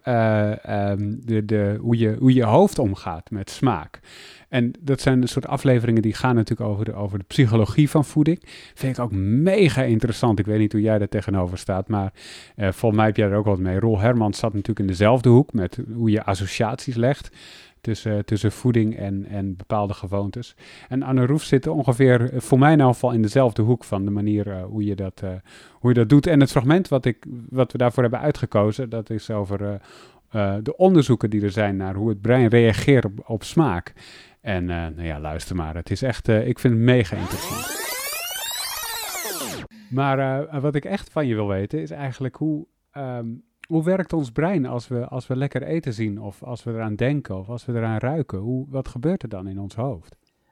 hoe je hoofd omgaat met smaak. En dat zijn een soort afleveringen die gaan natuurlijk over de psychologie van voeding. Vind ik ook mega interessant. Ik weet niet hoe jij daar tegenover staat, maar volgens mij heb jij er ook wat mee. Roel Hermans zat natuurlijk in dezelfde hoek met hoe je associaties legt tussen voeding en bepaalde gewoontes. En Anne Roefs zit ongeveer, voor mij in ieder geval, in dezelfde hoek van de manier hoe je dat doet. En het fragment wat we daarvoor hebben uitgekozen, dat is over de onderzoeken die er zijn naar hoe het brein reageert op smaak. En luister maar. Het is echt, ik vind het mega interessant. Maar wat ik echt van je wil weten is eigenlijk hoe werkt ons brein als we lekker eten zien, of als we eraan denken, of als we eraan ruiken? Wat gebeurt er dan in ons hoofd?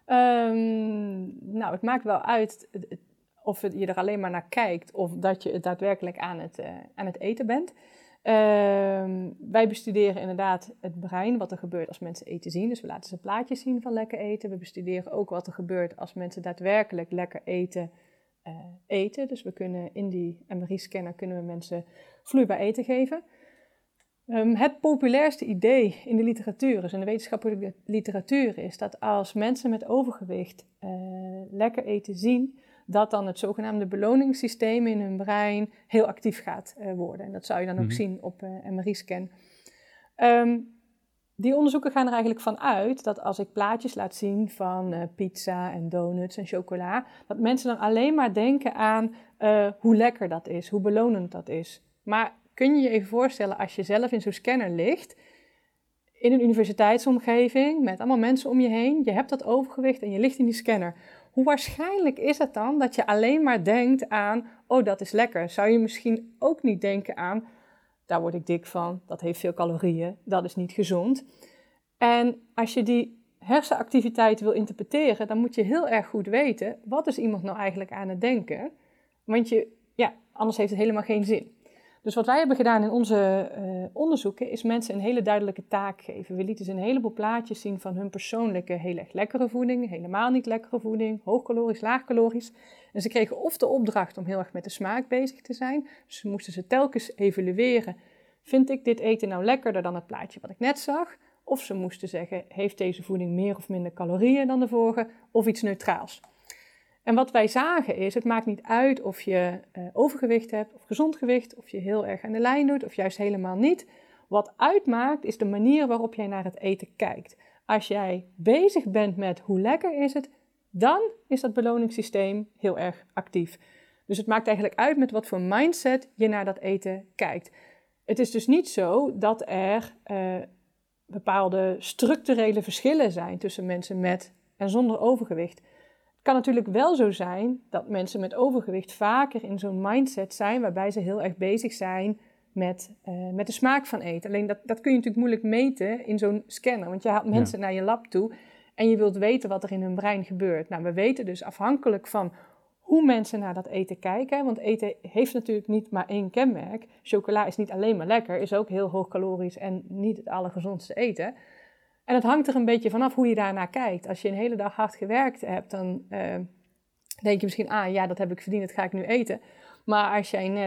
Het maakt wel uit of je er alleen maar naar kijkt, of dat je daadwerkelijk aan het eten bent. Wij bestuderen inderdaad het brein, wat er gebeurt als mensen eten zien. Dus we laten ze plaatjes zien van lekker eten. We bestuderen ook wat er gebeurt als mensen daadwerkelijk lekker eten. Dus we kunnen in die MRI-scanner kunnen we mensen vloeibaar eten geven. Het populairste idee in de literatuur, dus in de wetenschappelijke literatuur, is dat als mensen met overgewicht lekker eten zien, dat dan het zogenaamde beloningssysteem in hun brein heel actief gaat worden. En dat zou je dan ook zien op MRI-scan. Die onderzoeken gaan er eigenlijk van uit dat als ik plaatjes laat zien van pizza en donuts en chocola, dat mensen dan alleen maar denken aan hoe lekker dat is, hoe belonend dat is. Maar kun je je even voorstellen als je zelf in zo'n scanner ligt, in een universiteitsomgeving, met allemaal mensen om je heen, je hebt dat overgewicht en je ligt in die scanner. Hoe waarschijnlijk is het dan dat je alleen maar denkt aan, oh dat is lekker. Zou je misschien ook niet denken aan, daar word ik dik van, dat heeft veel calorieën, dat is niet gezond. En als je die hersenactiviteit wil interpreteren, dan moet je heel erg goed weten, wat is iemand nou eigenlijk aan het denken? Want anders heeft het helemaal geen zin. Dus wat wij hebben gedaan in onze onderzoeken, is mensen een hele duidelijke taak geven. We lieten ze een heleboel plaatjes zien van hun persoonlijke heel erg lekkere voeding, helemaal niet lekkere voeding, hoogcalorisch, laagcalorisch. En ze kregen of de opdracht om heel erg met de smaak bezig te zijn. Dus ze moesten ze telkens evalueren. Vind ik dit eten nou lekkerder dan het plaatje wat ik net zag? Of ze moesten zeggen, heeft deze voeding meer of minder calorieën dan de vorige? Of iets neutraals. En wat wij zagen is, het maakt niet uit of je overgewicht hebt of gezond gewicht, of je heel erg aan de lijn doet of juist helemaal niet. Wat uitmaakt is de manier waarop jij naar het eten kijkt. Als jij bezig bent met hoe lekker is het, dan is dat beloningssysteem heel erg actief. Dus het maakt eigenlijk uit met wat voor mindset je naar dat eten kijkt. Het is dus niet zo dat er bepaalde structurele verschillen zijn tussen mensen met en zonder overgewicht. Het kan natuurlijk wel zo zijn dat mensen met overgewicht vaker in zo'n mindset zijn waarbij ze heel erg bezig zijn met de smaak van eten. Alleen dat kun je natuurlijk moeilijk meten in zo'n scanner, want je haalt mensen naar je lab toe En je wilt weten wat er in hun brein gebeurt. Nou, we weten dus afhankelijk van hoe mensen naar dat eten kijken. Want eten heeft natuurlijk niet maar één kenmerk. Chocola is niet alleen maar lekker, is ook heel hoog calorisch en niet het allergezondste eten. En het hangt er een beetje vanaf hoe je daarnaar kijkt. Als je een hele dag hard gewerkt hebt, dan denk je misschien, ja, dat heb ik verdiend, dat ga ik nu eten. Maar als jij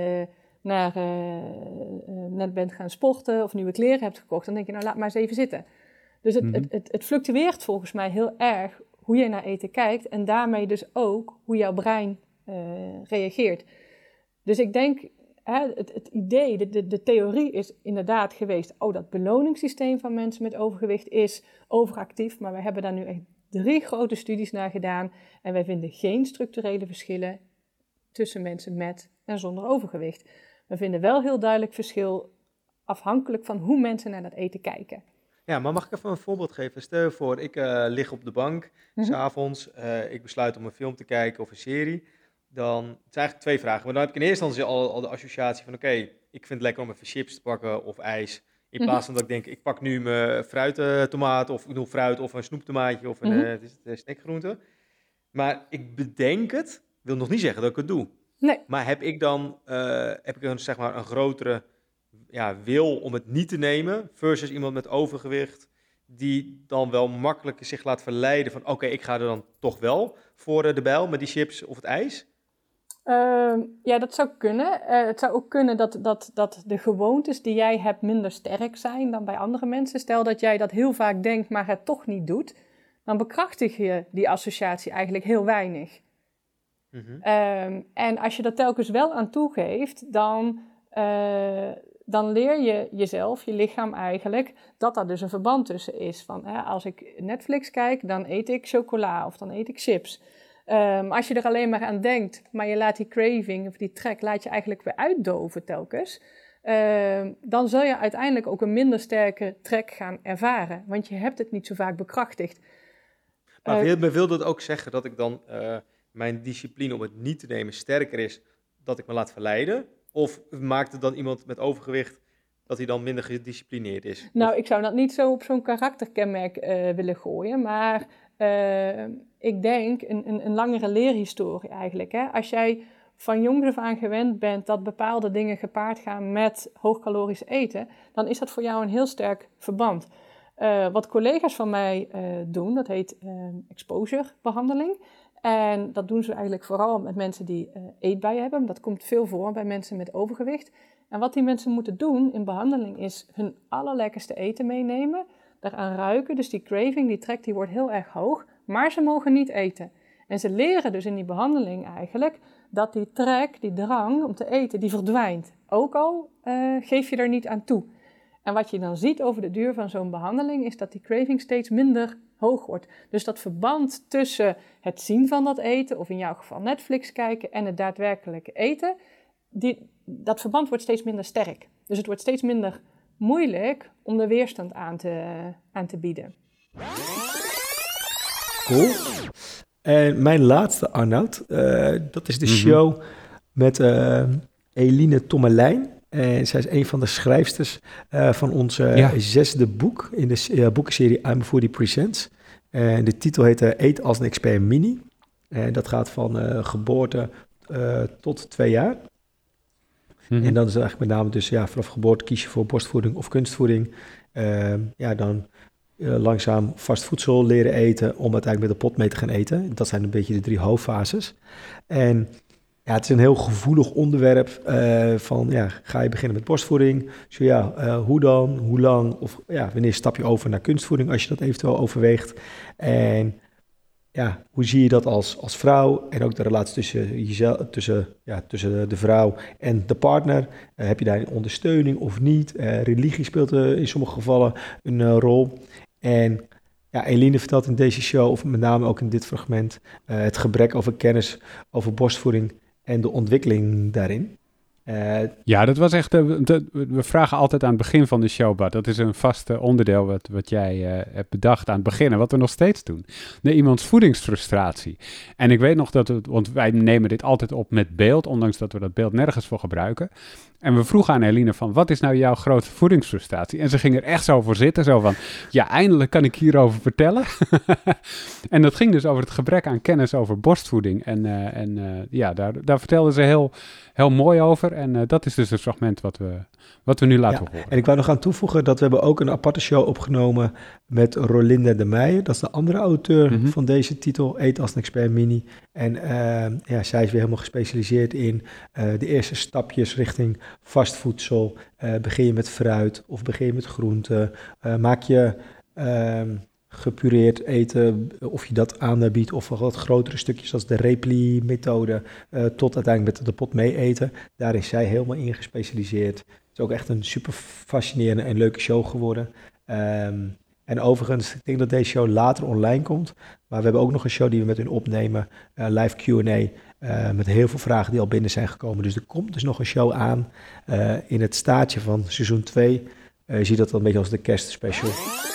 net bent gaan sporten of nieuwe kleren hebt gekocht, dan denk je, nou laat maar eens even zitten. Dus het fluctueert volgens mij heel erg hoe je naar eten kijkt en daarmee dus ook hoe jouw brein reageert. Dus ik denk, het idee, de theorie is inderdaad geweest, dat beloningssysteem van mensen met overgewicht is overactief, maar we hebben daar nu echt 3 grote studies naar gedaan en wij vinden geen structurele verschillen tussen mensen met en zonder overgewicht. We vinden wel heel duidelijk verschil afhankelijk van hoe mensen naar dat eten kijken. Ja, maar mag ik even een voorbeeld geven? Stel je voor, ik lig op de bank, 's avonds, ik besluit om een film te kijken of een serie. Dan, het zijn eigenlijk 2 vragen. Maar dan heb ik in eerste instantie al de associatie van, oké, ik vind het lekker om even chips te pakken of ijs. In plaats van dat ik denk, ik pak nu mijn fruittomaat of ik doe fruit of een snoeptomaatje of een snackgroente. Maar ik bedenk het, wil nog niet zeggen dat ik het doe. Nee. Maar heb ik dan zeg maar een grotere wil om het niet te nemen versus iemand met overgewicht die dan wel makkelijk zich laat verleiden van oké, ik ga er dan toch wel voor de bijl met die chips of het ijs? Ja, dat zou kunnen. Het zou ook kunnen dat de gewoontes die jij hebt minder sterk zijn dan bij andere mensen. Stel dat jij dat heel vaak denkt, maar het toch niet doet. Dan bekrachtig je die associatie eigenlijk heel weinig. En als je dat telkens wel aan toegeeft, dan leer je jezelf, je lichaam eigenlijk, dat daar dus een verband tussen is. Van, als ik Netflix kijk, dan eet ik chocola of dan eet ik chips. Als je er alleen maar aan denkt, maar je laat die craving of die trek, laat je eigenlijk weer uitdoven telkens, dan zul je uiteindelijk ook een minder sterke trek gaan ervaren. Want je hebt het niet zo vaak bekrachtigd. Maar wil dat ook zeggen dat ik dan mijn discipline om het niet te nemen sterker is, dat ik me laat verleiden? Of maakt het dan iemand met overgewicht dat hij dan minder gedisciplineerd is? Nou, ik zou dat niet zo op zo'n karakterkenmerk willen gooien, maar ik denk een langere leerhistorie eigenlijk. Hè? Als jij van jongs af aan gewend bent dat bepaalde dingen gepaard gaan met hoogcalorisch eten, dan is dat voor jou een heel sterk verband. Wat collega's van mij doen, dat heet exposure behandeling. En dat doen ze eigenlijk vooral met mensen die eetbuien hebben. Dat komt veel voor bij mensen met overgewicht. En wat die mensen moeten doen in behandeling is hun allerlekkerste eten meenemen. Daaraan ruiken, dus die craving, die trek, die wordt heel erg hoog. Maar ze mogen niet eten. En ze leren dus in die behandeling eigenlijk dat die trek, die drang om te eten, die verdwijnt. Ook al geef je er niet aan toe. En wat je dan ziet over de duur van zo'n behandeling is dat die craving steeds minder hoog wordt. Dus dat verband tussen het zien van dat eten, of in jouw geval Netflix kijken, en het daadwerkelijke eten, dat verband wordt steeds minder sterk. Dus het wordt steeds minder moeilijk om de weerstand aan te bieden. Cool. En mijn laatste, Arnoud, dat is de show met Eline Tommelijn. En zij is een van de schrijfsters van onze 6e boek in de boekenserie I'm Foodie Presents. En de titel heet Eet als een expert mini. En dat gaat van geboorte tot 2 jaar. En dan is het eigenlijk met name dus vanaf geboorte kies je voor borstvoeding of kunstvoeding. Dan langzaam vast voedsel leren eten om uiteindelijk met de pot mee te gaan eten. Dat zijn een beetje de 3 hoofdfases. En het is een heel gevoelig onderwerp ga je beginnen met borstvoeding? Zo hoe dan? Hoe lang? Of wanneer stap je over naar kunstvoeding als je dat eventueel overweegt? En hoe zie je dat als vrouw? En ook de relatie tussen de vrouw en de partner. Heb je daar een ondersteuning of niet? Religie speelt in sommige gevallen een rol. En Eline vertelt in deze show, of met name ook in dit fragment, het gebrek over kennis over borstvoeding en de ontwikkeling daarin. Ja, dat was echt... we vragen altijd aan het begin van de show, Bart. Dat is een vast onderdeel wat jij hebt bedacht aan het begin en wat we nog steeds doen. Iemands voedingsfrustratie. En ik weet nog want wij nemen dit altijd op met beeld, ondanks dat we dat beeld nergens voor gebruiken. En we vroegen aan Eline van, wat is nou jouw grote voedingsfrustratie? En ze ging er echt zo voor zitten, zo van, ja, eindelijk kan ik hierover vertellen. En dat ging dus over het gebrek aan kennis over borstvoeding. En daar vertelde ze heel mooi over. En dat is dus het fragment wat we nu laten horen. En ik wou nog aan toevoegen dat we hebben ook een aparte show opgenomen met Rolinde de Meijer. Dat is de andere auteur van deze titel, Eet als een expert mini. En zij is weer helemaal gespecialiseerd in de eerste stapjes richting vast voedsel. Begin je met fruit of begin je met groenten? Maak je gepureerd eten, of je dat aanbiedt, of wat grotere stukjes als de Repli-methode, tot uiteindelijk met de pot mee eten. Daar is zij helemaal in gespecialiseerd. Het is ook echt een super fascinerende en leuke show geworden. En overigens, ik denk dat deze show later online komt, maar we hebben ook nog een show die we met hun opnemen, live Q&A, met heel veel vragen die al binnen zijn gekomen. Dus er komt dus nog een show aan in het staartje van seizoen 2. Je ziet dat dan een beetje als de kerstspecial.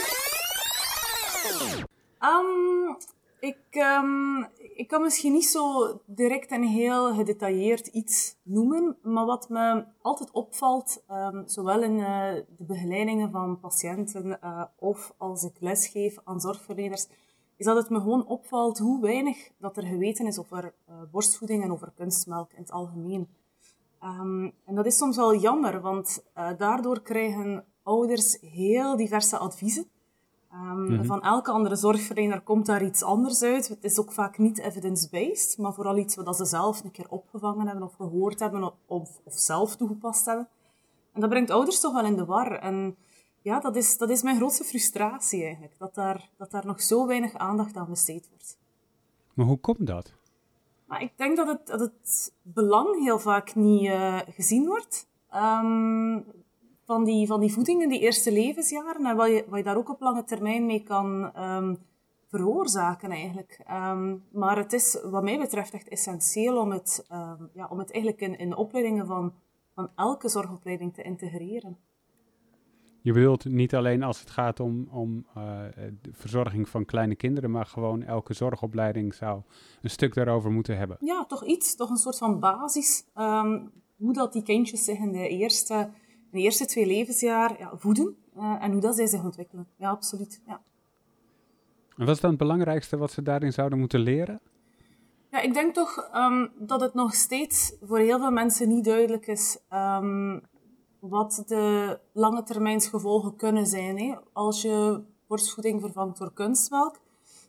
Ik kan misschien niet zo direct en heel gedetailleerd iets noemen, maar wat me altijd opvalt, zowel in de begeleidingen van patiënten of als ik lesgeef aan zorgverleners, is dat het me gewoon opvalt hoe weinig dat er geweten is over borstvoeding en over kunstmelk in het algemeen. En dat is soms wel jammer, want daardoor krijgen ouders heel diverse adviezen. Van elke andere zorgverlener komt daar iets anders uit. Het is ook vaak niet evidence-based, maar vooral iets wat ze zelf een keer opgevangen hebben of gehoord hebben of zelf toegepast hebben. En dat brengt ouders toch wel in de war. En ja, dat is mijn grootste frustratie eigenlijk, dat daar nog zo weinig aandacht aan besteed wordt. Maar hoe komt dat? Maar ik denk dat het belang heel vaak niet gezien wordt. Van die voeding in die eerste levensjaren en wat je daar ook op lange termijn mee kan veroorzaken eigenlijk. Maar het is wat mij betreft echt essentieel om het eigenlijk in de opleidingen van elke zorgopleiding te integreren. Je bedoelt niet alleen als het gaat om de verzorging van kleine kinderen, maar gewoon elke zorgopleiding zou een stuk daarover moeten hebben. Ja, toch een soort van basis. Hoe dat die kindjes zich in de eerste 2 levensjaar voeden en hoe dat zij zich ontwikkelen. Ja, absoluut. Ja. En wat is dan het belangrijkste wat ze daarin zouden moeten leren? Ja, ik denk toch dat het nog steeds voor heel veel mensen niet duidelijk is wat de lange termijnsgevolgen kunnen zijn, hè, als je borstvoeding vervangt door kunstmelk.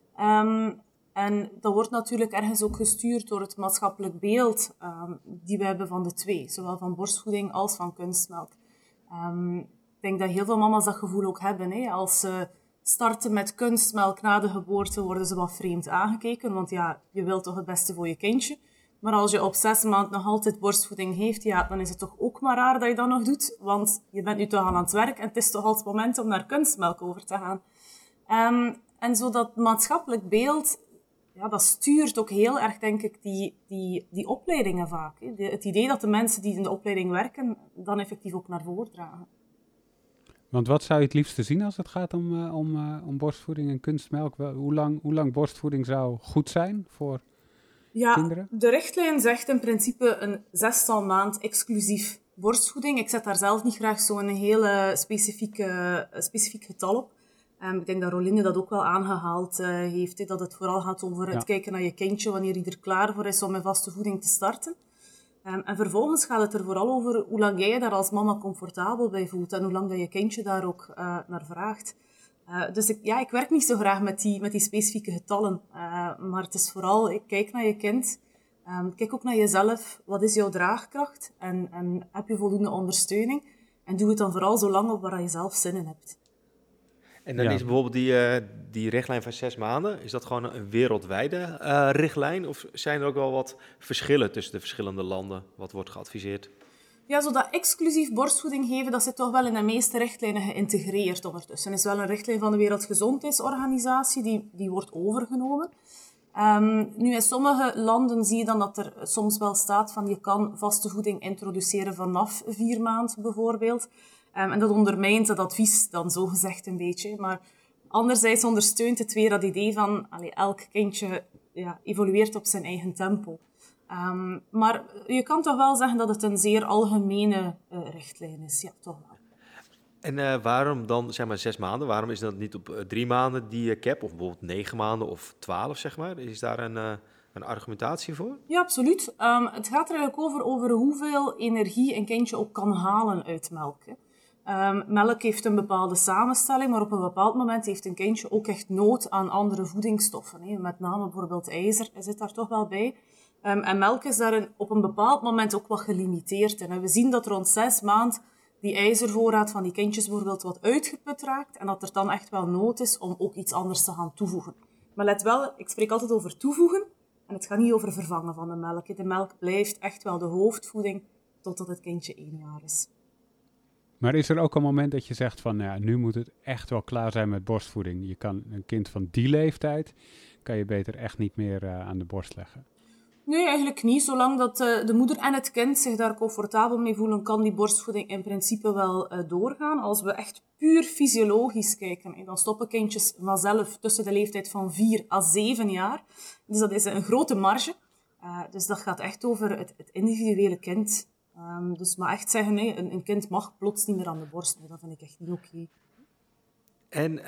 En dat wordt natuurlijk ergens ook gestuurd door het maatschappelijk beeld die we hebben van de twee, zowel van borstvoeding als van kunstmelk. Ik denk dat heel veel mama's dat gevoel ook hebben. Hè. Als ze starten met kunstmelk na de geboorte, worden ze wat vreemd aangekeken, want ja, je wilt toch het beste voor je kindje. Maar als je op 6 maanden nog altijd borstvoeding heeft, ja, dan is het toch ook maar raar dat je dat nog doet, want je bent nu toch al aan het werk en het is toch al het moment om naar kunstmelk over te gaan. En zo dat maatschappelijk beeld, ja, dat stuurt ook heel erg, denk ik, die opleidingen vaak. Hè. Het idee dat de mensen die in de opleiding werken, dan effectief ook naar voren dragen. Want wat zou je het liefste zien als het gaat om borstvoeding en kunstmelk? Hoe lang borstvoeding zou goed zijn voor kinderen? De richtlijn zegt in principe een 6e maand exclusief borstvoeding. Ik zet daar zelf niet graag zo'n hele specifiek getal op. Ik denk dat Rolinde dat ook wel aangehaald heeft, dat het vooral gaat over het kijken naar je kindje wanneer hij er klaar voor is om met vaste voeding te starten. En vervolgens gaat het er vooral over hoe lang jij je daar als mama comfortabel bij voelt en hoe lang dat je kindje daar ook naar vraagt. Dus ik werk niet zo graag met die specifieke getallen, maar het is vooral, kijk naar je kind, kijk ook naar jezelf, wat is jouw draagkracht en heb je voldoende ondersteuning en doe het dan vooral zo lang op waar je zelf zin in hebt. En dan is bijvoorbeeld die richtlijn van 6 maanden, is dat gewoon een wereldwijde richtlijn? Of zijn er ook wel wat verschillen tussen de verschillende landen, wat wordt geadviseerd? Ja, zo dat exclusief borstvoeding geven, dat zit toch wel in de meeste richtlijnen geïntegreerd ondertussen. Er is wel een richtlijn van de Wereldgezondheidsorganisatie, die wordt overgenomen. Nu, in sommige landen zie je dan dat er soms wel staat van je kan vaste voeding introduceren vanaf 4 maanden bijvoorbeeld. En dat ondermijnt dat advies dan zogezegd een beetje. Maar anderzijds ondersteunt het weer dat idee van elk kindje evolueert op zijn eigen tempo. Maar je kan toch wel zeggen dat het een zeer algemene richtlijn is. Ja, toch wel. En waarom dan, zeg maar, 6 maanden? Waarom is dat niet op 3 maanden die cap? Of bijvoorbeeld 9 maanden of 12, zeg maar? Is daar een argumentatie voor? Ja, absoluut. Het gaat er eigenlijk over hoeveel energie een kindje ook kan halen uit melk. Melk heeft een bepaalde samenstelling, maar op een bepaald moment heeft een kindje ook echt nood aan andere voedingsstoffen. Met name bijvoorbeeld ijzer zit daar toch wel bij. En melk is daar op een bepaald moment ook wat gelimiteerd in. En we zien dat rond 6 maanden die ijzervoorraad van die kindjes bijvoorbeeld wat uitgeput raakt en dat er dan echt wel nood is om ook iets anders te gaan toevoegen. Maar let wel, ik spreek altijd over toevoegen en het gaat niet over vervangen van de melk. De melk blijft echt wel de hoofdvoeding totdat het kindje 1 jaar is. Maar is er ook een moment dat je zegt van, nu moet het echt wel klaar zijn met borstvoeding? Je kan een kind van die leeftijd, kan je beter echt niet meer aan de borst leggen? Nee, eigenlijk niet. Zolang dat de moeder en het kind zich daar comfortabel mee voelen, kan die borstvoeding in principe wel doorgaan. Als we echt puur fysiologisch kijken, dan stoppen kindjes vanzelf tussen de leeftijd van 4 à 7 jaar. Dus dat is een grote marge. Dus dat gaat echt over het individuele kind. Maar echt zeggen, nee, een kind mag plots niet meer aan de borst. Nee, dat vind ik echt niet oké. En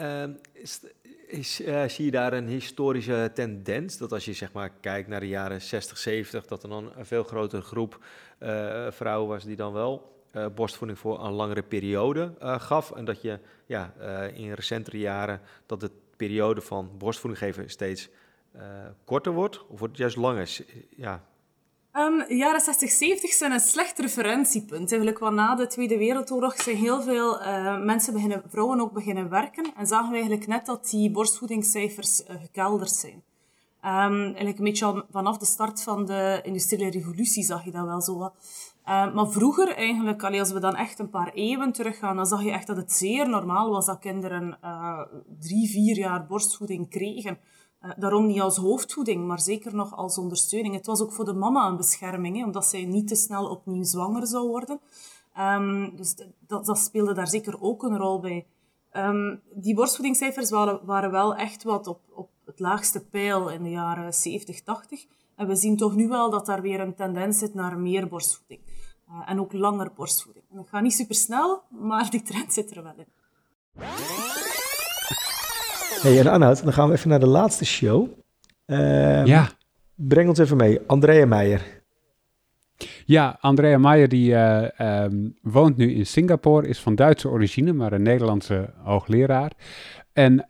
zie je daar een historische tendens? Dat als je zeg maar kijkt naar de jaren 60, 70... dat er dan een veel grotere groep vrouwen was die dan wel borstvoeding voor een langere periode gaf. En dat je in recentere jaren dat de periode van borstvoeding geven steeds korter wordt? Of wordt het juist langer? Ja. Jaren 60, 70 zijn een slecht referentiepunt. Eigenlijk, want na de Tweede Wereldoorlog zijn heel veel vrouwen ook beginnen werken. En zagen we eigenlijk net dat die borstvoedingscijfers gekelderd zijn. Eigenlijk een beetje al vanaf de start van de industriële revolutie zag je dat wel zo wat. Maar vroeger eigenlijk, als we dan echt een paar eeuwen teruggaan, dan zag je echt dat het zeer normaal was dat kinderen 3-4 jaar borstvoeding kregen. Daarom niet als hoofdvoeding, maar zeker nog als ondersteuning. Het was ook voor de mama een bescherming, omdat zij niet te snel opnieuw zwanger zou worden. Dus dat speelde daar zeker ook een rol bij. Die borstvoedingscijfers waren wel echt wat op het laagste peil in de jaren 70, 80. En we zien toch nu wel dat daar weer een tendens zit naar meer borstvoeding. En ook langer borstvoeding. En dat gaat niet super snel, maar die trend zit er wel in. Hey, en Arnoud, dan gaan we even naar de laatste show. Breng ons even mee. Andrea Meijer. Ja, Andrea Meijer die woont nu in Singapore, is van Duitse origine, maar een Nederlandse hoogleraar. En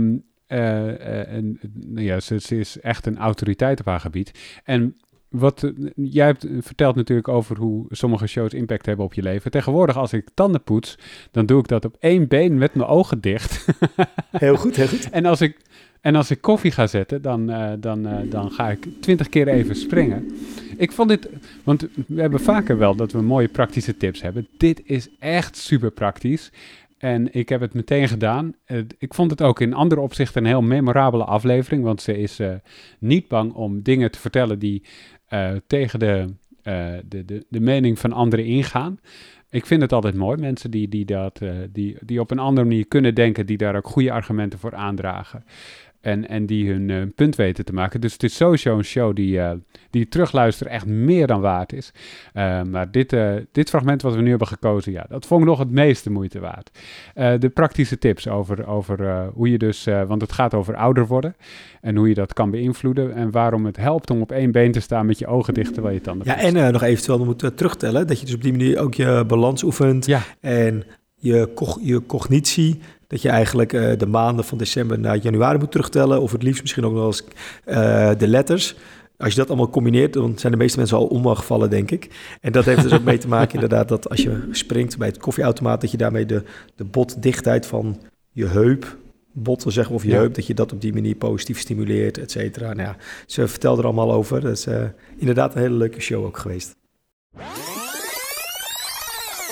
ze is echt een autoriteit op haar gebied. En jij hebt verteld natuurlijk over hoe sommige shows impact hebben op je leven. Tegenwoordig als ik tanden poets, dan doe ik dat op 1 been met mijn ogen dicht. Heel goed, heel goed. En als ik koffie ga zetten, dan ga ik 20 keer even springen. Ik vond dit, want we hebben vaker wel dat we mooie praktische tips hebben. Dit is echt super praktisch. En ik heb het meteen gedaan. Ik vond het ook in andere opzichten een heel memorabele aflevering. Want ze is niet bang om dingen te vertellen die tegen de mening van anderen ingaan. Ik vind het altijd mooi. Mensen die op een andere manier kunnen denken, die daar ook goede argumenten voor aandragen. En die hun punt weten te maken. Dus het is sowieso een show die terugluisteren echt meer dan waard is. Maar dit fragment wat we nu hebben gekozen, dat vond ik nog het meeste moeite waard. De praktische tips over hoe je dus, want het gaat over ouder worden. En hoe je dat kan beïnvloeden. En waarom het helpt om op 1 been te staan met je ogen dicht terwijl je tanden poetst. En nog eventueel moet terugtellen. Dat je dus op die manier ook je balans oefent. Ja. En je cognitie. Dat je eigenlijk de maanden van december naar januari moet terugtellen. Of het liefst misschien ook nog eens de letters. Als je dat allemaal combineert, dan zijn de meeste mensen al omgevallen, denk ik. En dat heeft dus ook mee te maken inderdaad dat als je springt bij het koffieautomaat, dat je daarmee de botdichtheid van je heup, bot zeg maar, of je heup, dat je dat op die manier positief stimuleert, et cetera. Nou ja, ze vertelt er allemaal over. Dat is inderdaad een hele leuke show ook geweest.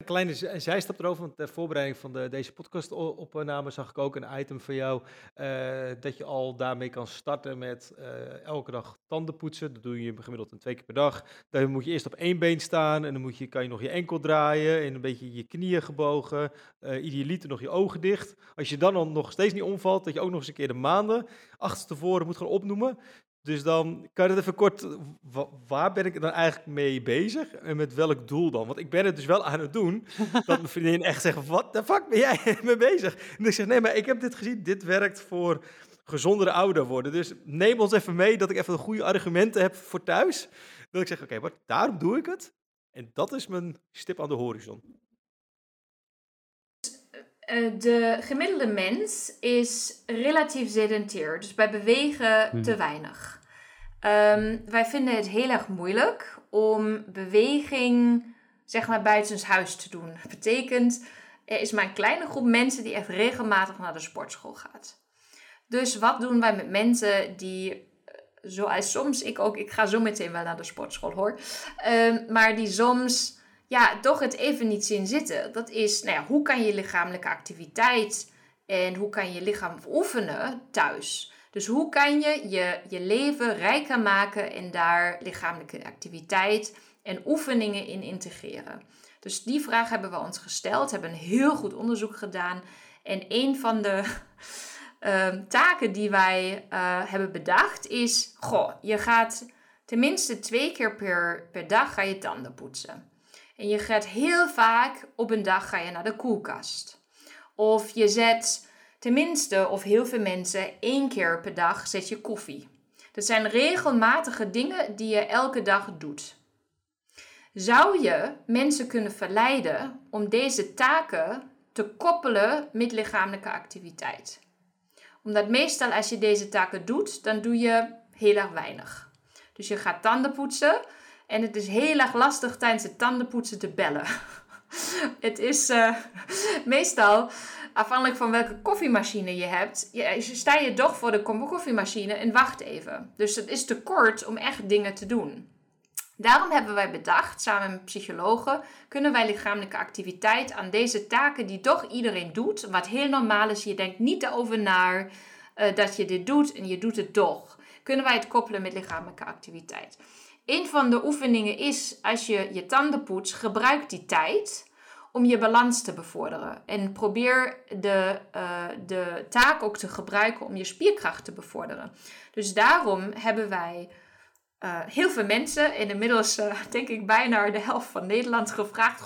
kleine zijstap erover, want ter voorbereiding van deze podcastopname zag ik ook een item van jou, dat je al daarmee kan starten met elke dag tanden poetsen. Dat doe je gemiddeld 2 keer per dag. Dan moet je eerst op 1 been staan en dan kan je nog je enkel draaien en een beetje je knieën gebogen, idealiter nog je ogen dicht. Als je dan nog steeds niet omvalt, dat je ook nog eens een keer de maanden achterstevoren moet gaan opnoemen. Dus dan kan je het even kort, waar ben ik dan eigenlijk mee bezig en met welk doel dan? Want ik ben het dus wel aan het doen, dat mijn vriendin echt zegt, wat de fuck ben jij mee bezig? En ik zeg, nee, maar ik heb dit gezien, dit werkt voor gezondere ouder worden. Dus neem ons even mee, dat ik even goede argumenten heb voor thuis. Dat ik zeg, oké, maar daarom doe ik het. En dat is mijn stip aan de horizon. De gemiddelde mens is relatief sedentair, dus wij bewegen te weinig. Wij vinden het heel erg moeilijk om beweging, zeg maar, buitenshuis te doen. Dat betekent, er is maar een kleine groep mensen die echt regelmatig naar de sportschool gaat. Dus wat doen wij met mensen die, zoals soms ik ook, ik ga zo meteen wel naar de sportschool hoor, maar die soms toch het even niet zien zitten. Dat is, hoe kan je lichamelijke activiteit en hoe kan je lichaam oefenen thuis? Dus hoe kan je leven rijker maken en daar lichamelijke activiteit en oefeningen in integreren? Dus die vraag hebben we ons gesteld, hebben een heel goed onderzoek gedaan. En een van de taken die wij hebben bedacht is, je gaat tenminste 2 keer per dag ga je tanden poetsen. En je gaat heel vaak op een dag ga je naar de koelkast. Of je zet tenminste, of heel veel mensen, 1 keer per dag zet je koffie. Dat zijn regelmatige dingen die je elke dag doet. Zou je mensen kunnen verleiden om deze taken te koppelen met lichamelijke activiteit? Omdat meestal als je deze taken doet, dan doe je heel erg weinig. Dus je gaat tanden poetsen. En het is heel erg lastig tijdens het tandenpoetsen te bellen. Het is meestal, afhankelijk van welke koffiemachine je hebt, sta je toch voor de koffiemachine en wacht even. Dus het is te kort om echt dingen te doen. Daarom hebben wij bedacht, samen met psychologen, kunnen wij lichamelijke activiteit aan deze taken die toch iedereen doet, wat heel normaal is, je denkt niet erover na dat je dit doet en je doet het toch, kunnen wij het koppelen met lichamelijke activiteit. Een van de oefeningen is, als je je tanden poetst, gebruik die tijd om je balans te bevorderen. En probeer de taak ook te gebruiken om je spierkracht te bevorderen. Dus daarom hebben wij heel veel mensen, en inmiddels denk ik bijna de helft van Nederland, gevraagd,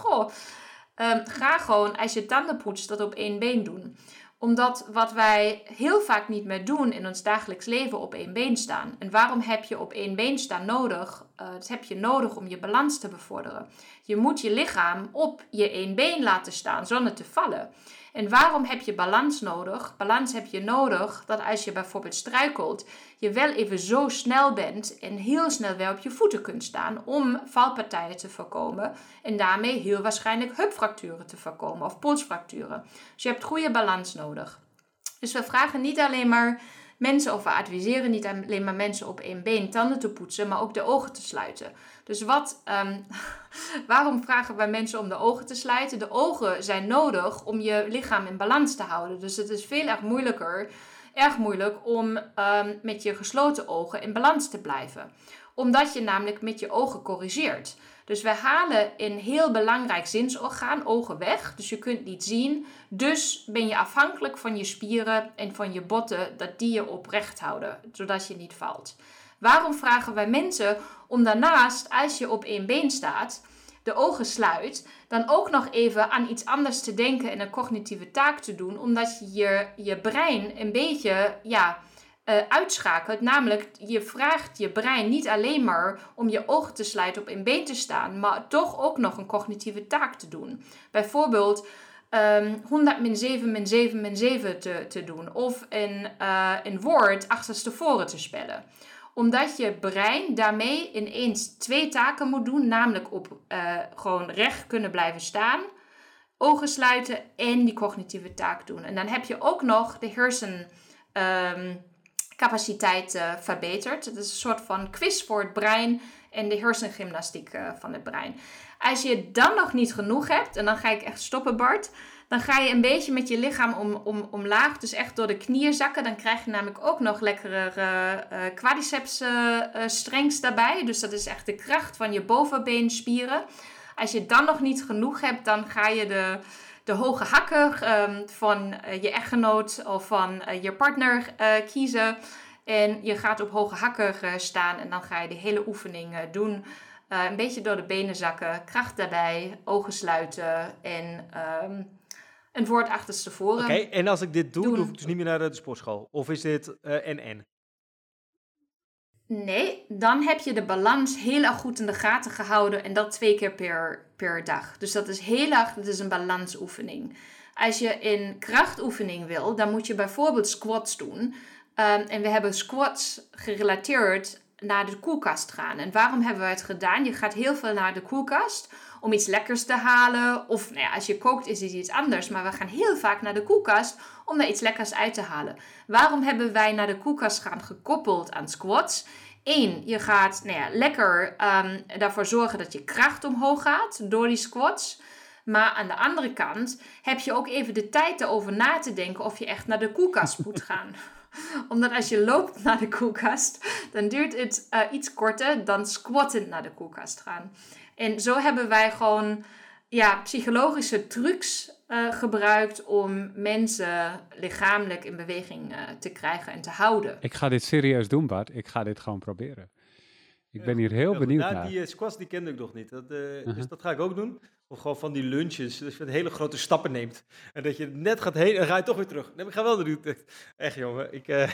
ga gewoon als je tanden poetst dat op 1 been doen. Omdat wat wij heel vaak niet meer doen in ons dagelijks leven op 1 been staan. En waarom heb je op 1 been staan nodig? Dat heb je nodig om je balans te bevorderen. Je moet je lichaam op je 1 been laten staan zonder te vallen. En waarom heb je balans nodig? Balans heb je nodig dat als je bijvoorbeeld struikelt, je wel even zo snel bent en heel snel weer op je voeten kunt staan om valpartijen te voorkomen en daarmee heel waarschijnlijk heupfracturen te voorkomen of polsfracturen. Dus je hebt goede balans nodig. Dus we vragen niet alleen maar mensen, of we adviseren niet alleen maar mensen op 1 been tanden te poetsen, maar ook de ogen te sluiten. Dus waarom vragen wij mensen om de ogen te sluiten? De ogen zijn nodig om je lichaam in balans te houden. Dus het is veel erg moeilijk om met je gesloten ogen in balans te blijven. Omdat je namelijk met je ogen corrigeert. Dus we halen een heel belangrijk zinsorgaan, ogen, weg. Dus je kunt niet zien. Dus ben je afhankelijk van je spieren en van je botten dat die je oprecht houden, zodat je niet valt. Waarom vragen wij mensen om daarnaast, als je op 1 been staat, de ogen sluit, dan ook nog even aan iets anders te denken en een cognitieve taak te doen, omdat je brein een beetje uitschakelt. Namelijk, je vraagt je brein niet alleen maar om je ogen te sluiten op 1 been te staan, maar toch ook nog een cognitieve taak te doen. Bijvoorbeeld 100 min 7 min 7 min 7 te doen of een woord achterstevoren te spellen. Omdat je brein daarmee ineens 2 taken moet doen, namelijk op gewoon recht kunnen blijven staan, ogen sluiten en die cognitieve taak doen. En dan heb je ook nog de hersencapaciteit verbeterd. Het is een soort van quiz voor het brein en de hersengymnastiek van het brein. Als je dan nog niet genoeg hebt, en dan ga ik echt stoppen, Bart, dan ga je een beetje met je lichaam omlaag, dus echt door de knieën zakken. Dan krijg je namelijk ook nog lekkere quadriceps strengs daarbij. Dus dat is echt de kracht van je bovenbeenspieren. Als je dan nog niet genoeg hebt, dan ga je de hoge hakken van je echtgenoot of van je partner kiezen. En je gaat op hoge hakken staan en dan ga je de hele oefening doen. Een beetje door de benen zakken, kracht daarbij, ogen sluiten en een woord achterstevoren. Oké, en als ik dit doe, hoef ik dus niet meer naar de sportschool? Of is dit en? Nee, dan heb je de balans heel erg goed in de gaten gehouden en dat 2 keer per dag. Dus dat is dat is een balansoefening. Als je een krachtoefening wil, dan moet je bijvoorbeeld squats doen. En we hebben squats gerelateerd naar de koelkast gaan. En waarom hebben we het gedaan? Je gaat heel veel naar de koelkast om iets lekkers te halen. Of als je kookt is het iets anders. Maar we gaan heel vaak naar de koelkast om daar iets lekkers uit te halen. Waarom hebben wij naar de koelkast gaan gekoppeld aan squats? 1, je gaat lekker daarvoor zorgen dat je kracht omhoog gaat door die squats. Maar aan de andere kant heb je ook even de tijd erover na te denken of je echt naar de koelkast moet gaan. Omdat als je loopt naar de koelkast, dan duurt het iets korter dan squattend naar de koelkast gaan. En zo hebben wij gewoon psychologische trucs gebruikt om mensen lichamelijk in beweging te krijgen en te houden. Ik ga dit serieus doen, Bart. Ik ga dit gewoon proberen. Ik ben hier heel benieuwd naar. Die squats die kende ik nog niet. Dus dat ga ik ook doen. Of gewoon van die lunches, dus je hele grote stappen neemt. En dat je net gaat heen en ga je toch weer terug. Nee, ik ga wel naar doen. Echt jongen,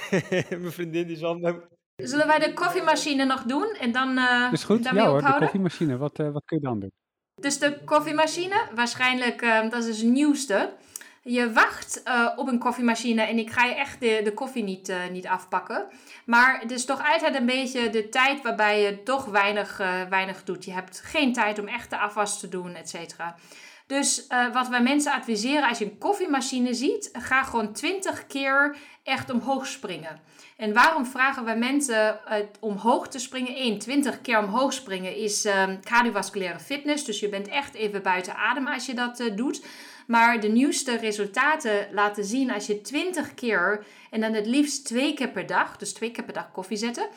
mijn vriendin die zal... Zullen wij de koffiemachine nog doen? En dan is goed, daarmee ja hoor, ophouden? de koffiemachine. Wat kun je dan doen? Dus de koffiemachine, waarschijnlijk, dat is het nieuwste. Je wacht op een koffiemachine en ik ga je echt de koffie niet afpakken. Maar het is toch altijd een beetje de tijd waarbij je toch weinig doet. Je hebt geen tijd om echt de afwas te doen, et cetera. Dus wat wij mensen adviseren, als je een koffiemachine ziet, ga gewoon 20 keer echt omhoog springen. En waarom vragen wij mensen omhoog te springen? 20 keer omhoog springen is cardiovasculaire fitness. Dus je bent echt even buiten adem als je dat doet. Maar de nieuwste resultaten laten zien als je 20 keer en dan het liefst 2 keer per dag, dus 2 keer per dag koffie zetten.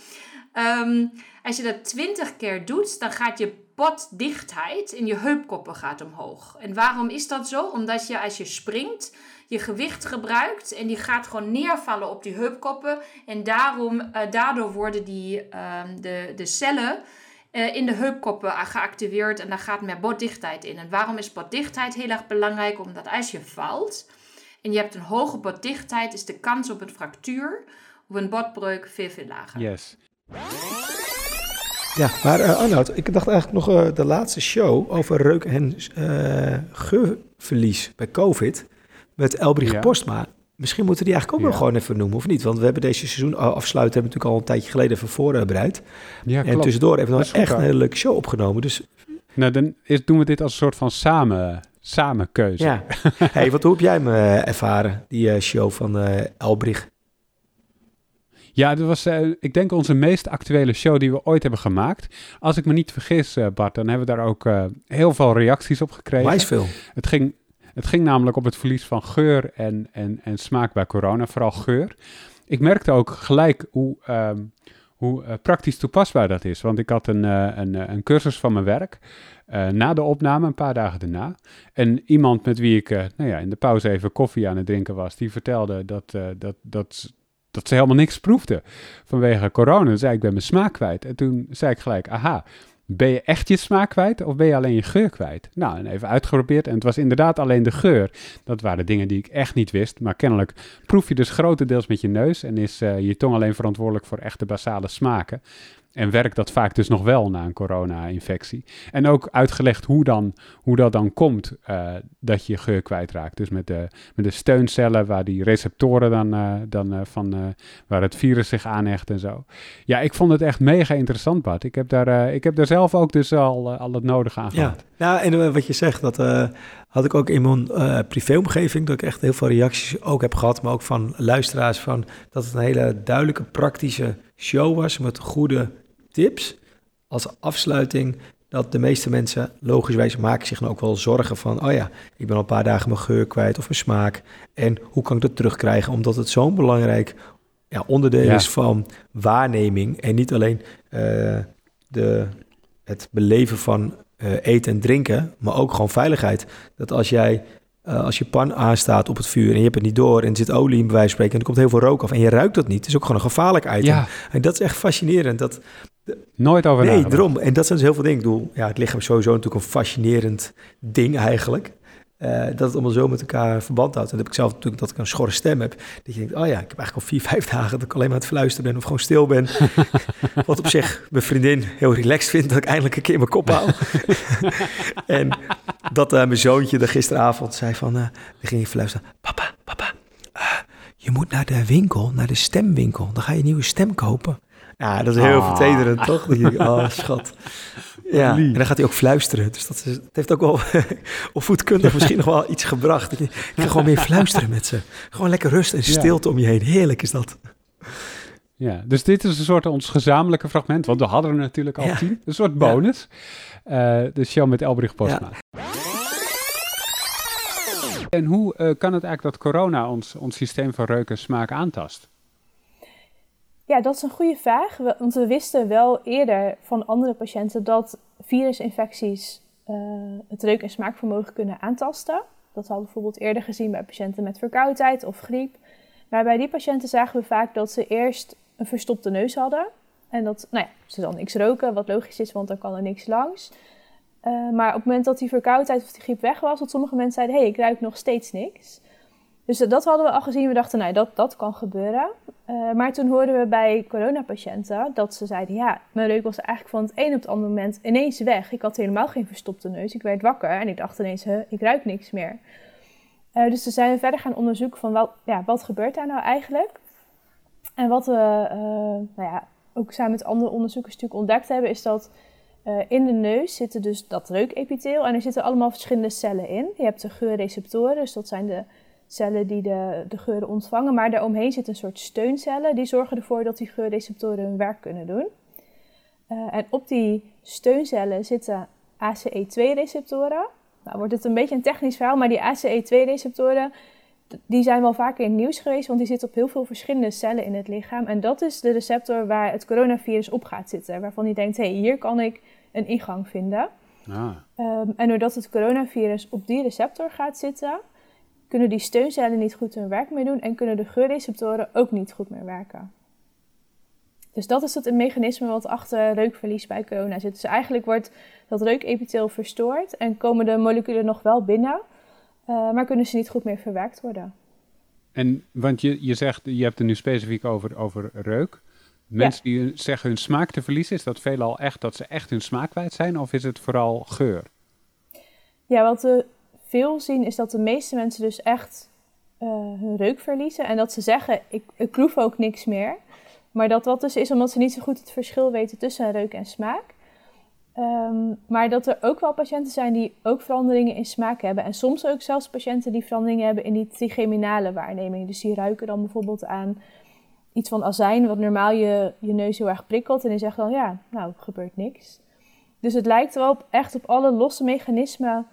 Als je dat 20 keer doet, dan gaat je botdichtheid in je heupkoppen gaat omhoog. En waarom is dat zo? Omdat je als je springt, je gewicht gebruikt en die gaat gewoon neervallen op die heupkoppen. En daardoor worden de cellen in de heupkoppen geactiveerd en daar gaat meer botdichtheid in. En waarom is botdichtheid heel erg belangrijk? Omdat als je valt en je hebt een hoge botdichtheid, is de kans op een fractuur of een botbreuk veel lager. Yes. Ja, maar Arnoud, ik dacht eigenlijk nog de laatste show over reuk- en geurverlies bij COVID met Elbrich Postma. Misschien moeten we die eigenlijk ook nog gewoon even noemen, of niet? Want we hebben deze seizoen afsluiten, hebben natuurlijk al een tijdje geleden even voorbereid. Ja, en tussendoor hebben we nog echt een hele leuke show opgenomen. Dus... Nou, dan doen we dit als een soort van samen keuze. Ja. Hey, hoe heb jij hem ervaren, die show van Elbrich? Ja, dat was, ik denk, onze meest actuele show die we ooit hebben gemaakt. Als ik me niet vergis, Bart, dan hebben we daar ook heel veel reacties op gekregen. Wijs veel. Het ging namelijk op het verlies van geur en smaak bij corona, vooral geur. Ik merkte ook gelijk hoe praktisch toepasbaar dat is. Want ik had een cursus van mijn werk na de opname, een paar dagen daarna. En iemand met wie ik in de pauze even koffie aan het drinken was, die vertelde dat ze helemaal niks proefde vanwege corona. Toen zei ik ben mijn smaak kwijt. En toen zei ik gelijk, aha, ben je echt je smaak kwijt of ben je alleen je geur kwijt? Nou, en even uitgeprobeerd en het was inderdaad alleen de geur. Dat waren dingen die ik echt niet wist, maar kennelijk proef je dus grotendeels met je neus en is je tong alleen verantwoordelijk voor echte basale smaken. En werkt dat vaak dus nog wel na een corona-infectie. En ook uitgelegd hoe dat dan komt dat je geur kwijtraakt. Dus met de steuncellen waar die receptoren waar het virus zich aanhecht en zo. Ja, ik vond het echt mega interessant, Bart. Ik heb daar zelf ook dus al het nodige aan gehad. Ja, en wat je zegt, dat had ik ook in mijn privéomgeving, dat ik echt heel veel reacties ook heb gehad, maar ook van luisteraars, van dat het een hele duidelijke, praktische show was met goede tips. als afsluiting dat de meeste mensen logischwijs maken zich dan ook wel zorgen van, oh ja, ik ben al een paar dagen mijn geur kwijt of mijn smaak. En hoe kan ik dat terugkrijgen? Omdat het zo'n belangrijk onderdeel is van waarneming en niet alleen het beleven van eten en drinken, maar ook gewoon veiligheid. Dat als je pan aanstaat op het vuur en je hebt het niet door en er zit olie in bij wijze van spreken en er komt heel veel rook af en je ruikt dat niet, het is ook gewoon een gevaarlijk item. Ja. En dat is echt fascinerend. Nooit over nagedacht. Nee, daarom. En dat zijn dus heel veel dingen. Ik bedoel, het lichaam is sowieso natuurlijk een fascinerend ding eigenlijk. Dat het allemaal zo met elkaar verband houdt. En dat heb ik zelf natuurlijk, dat ik een schorre stem heb. Dat je denkt, ik heb eigenlijk al 4-5 dagen dat ik alleen maar aan het fluisteren ben of gewoon stil ben. Wat op zich mijn vriendin heel relaxed vindt, dat ik eindelijk een keer mijn kop hou. En dat mijn zoontje er gisteravond zei van, dan ging hij fluisteren. Papa, je moet naar de winkel, naar de stemwinkel. Dan ga je een nieuwe stem kopen. Ja, dat is heel vertederend, toch? Dat je, schat. Ja, en dan gaat hij ook fluisteren. Dus het heeft ook wel opvoedkundig misschien nog wel iets gebracht. Ik ga gewoon meer fluisteren met ze. Gewoon lekker rust en stilte om je heen. Heerlijk is dat. Ja, dus dit is een soort ons gezamenlijke fragment. Want we hadden er natuurlijk al 10. Een soort bonus. De show met Elbrich Postma. Ja. En hoe kan het eigenlijk dat corona ons systeem van reuk en smaak aantast? Ja, dat is een goede vraag. Want we wisten wel eerder van andere patiënten dat virusinfecties het reuk- en smaakvermogen kunnen aantasten. Dat hadden we bijvoorbeeld eerder gezien bij patiënten met verkoudheid of griep. Maar bij die patiënten zagen we vaak dat ze eerst een verstopte neus hadden. En dat ze dan niks roken, wat logisch is, want dan kan er niks langs. Maar op het moment dat die verkoudheid of die griep weg was, dat sommige mensen zeiden, ik ruik nog steeds niks. Dus dat hadden we al gezien. We dachten, dat kan gebeuren. Maar toen hoorden we bij coronapatiënten dat ze zeiden, mijn reuk was eigenlijk van het een op het andere moment ineens weg. Ik had helemaal geen verstopte neus. Ik werd wakker en ik dacht ineens, ik ruik niks meer. Dus toen zijn we verder gaan onderzoeken van, wat gebeurt daar nou eigenlijk? En wat we ook samen met andere onderzoekers natuurlijk ontdekt hebben, is dat in de neus zitten dus dat reukepitheel en er zitten allemaal verschillende cellen in. Je hebt de geurreceptoren, dus dat zijn de cellen die de geuren ontvangen, maar daaromheen zitten een soort steuncellen. Die zorgen ervoor dat die geurreceptoren hun werk kunnen doen. En op die steuncellen zitten ACE2-receptoren. Nou wordt het een beetje een technisch verhaal, maar die ACE2-receptoren die zijn wel vaker in het nieuws geweest, want die zitten op heel veel verschillende cellen in het lichaam. En dat is de receptor waar het coronavirus op gaat zitten, waarvan hij denkt, hier kan ik een ingang vinden. En doordat het coronavirus op die receptor gaat zitten, kunnen die steuncellen niet goed hun werk meer doen en kunnen de geurreceptoren ook niet goed meer werken. Dus dat is het mechanisme wat achter reukverlies bij corona zit. Dus eigenlijk wordt dat reukepitheel verstoord en komen de moleculen nog wel binnen, maar kunnen ze niet goed meer verwerkt worden. En, want je zegt, je hebt het nu specifiek over reuk. Mensen die zeggen hun smaak te verliezen, is dat veelal echt dat ze echt hun smaak kwijt zijn of is het vooral geur? Ja, wat we veel zien is dat de meeste mensen dus echt hun reuk verliezen en dat ze zeggen, ik proef ook niks meer. Maar dat dus is omdat ze niet zo goed het verschil weten tussen reuk en smaak. Maar dat er ook wel patiënten zijn die ook veranderingen in smaak hebben. En soms ook zelfs patiënten die veranderingen hebben in die trigeminale waarneming. Dus die ruiken dan bijvoorbeeld aan iets van azijn, wat normaal je neus heel erg prikkelt. En die zeggen dan, gebeurt niks. Dus het lijkt wel echt op alle losse mechanismen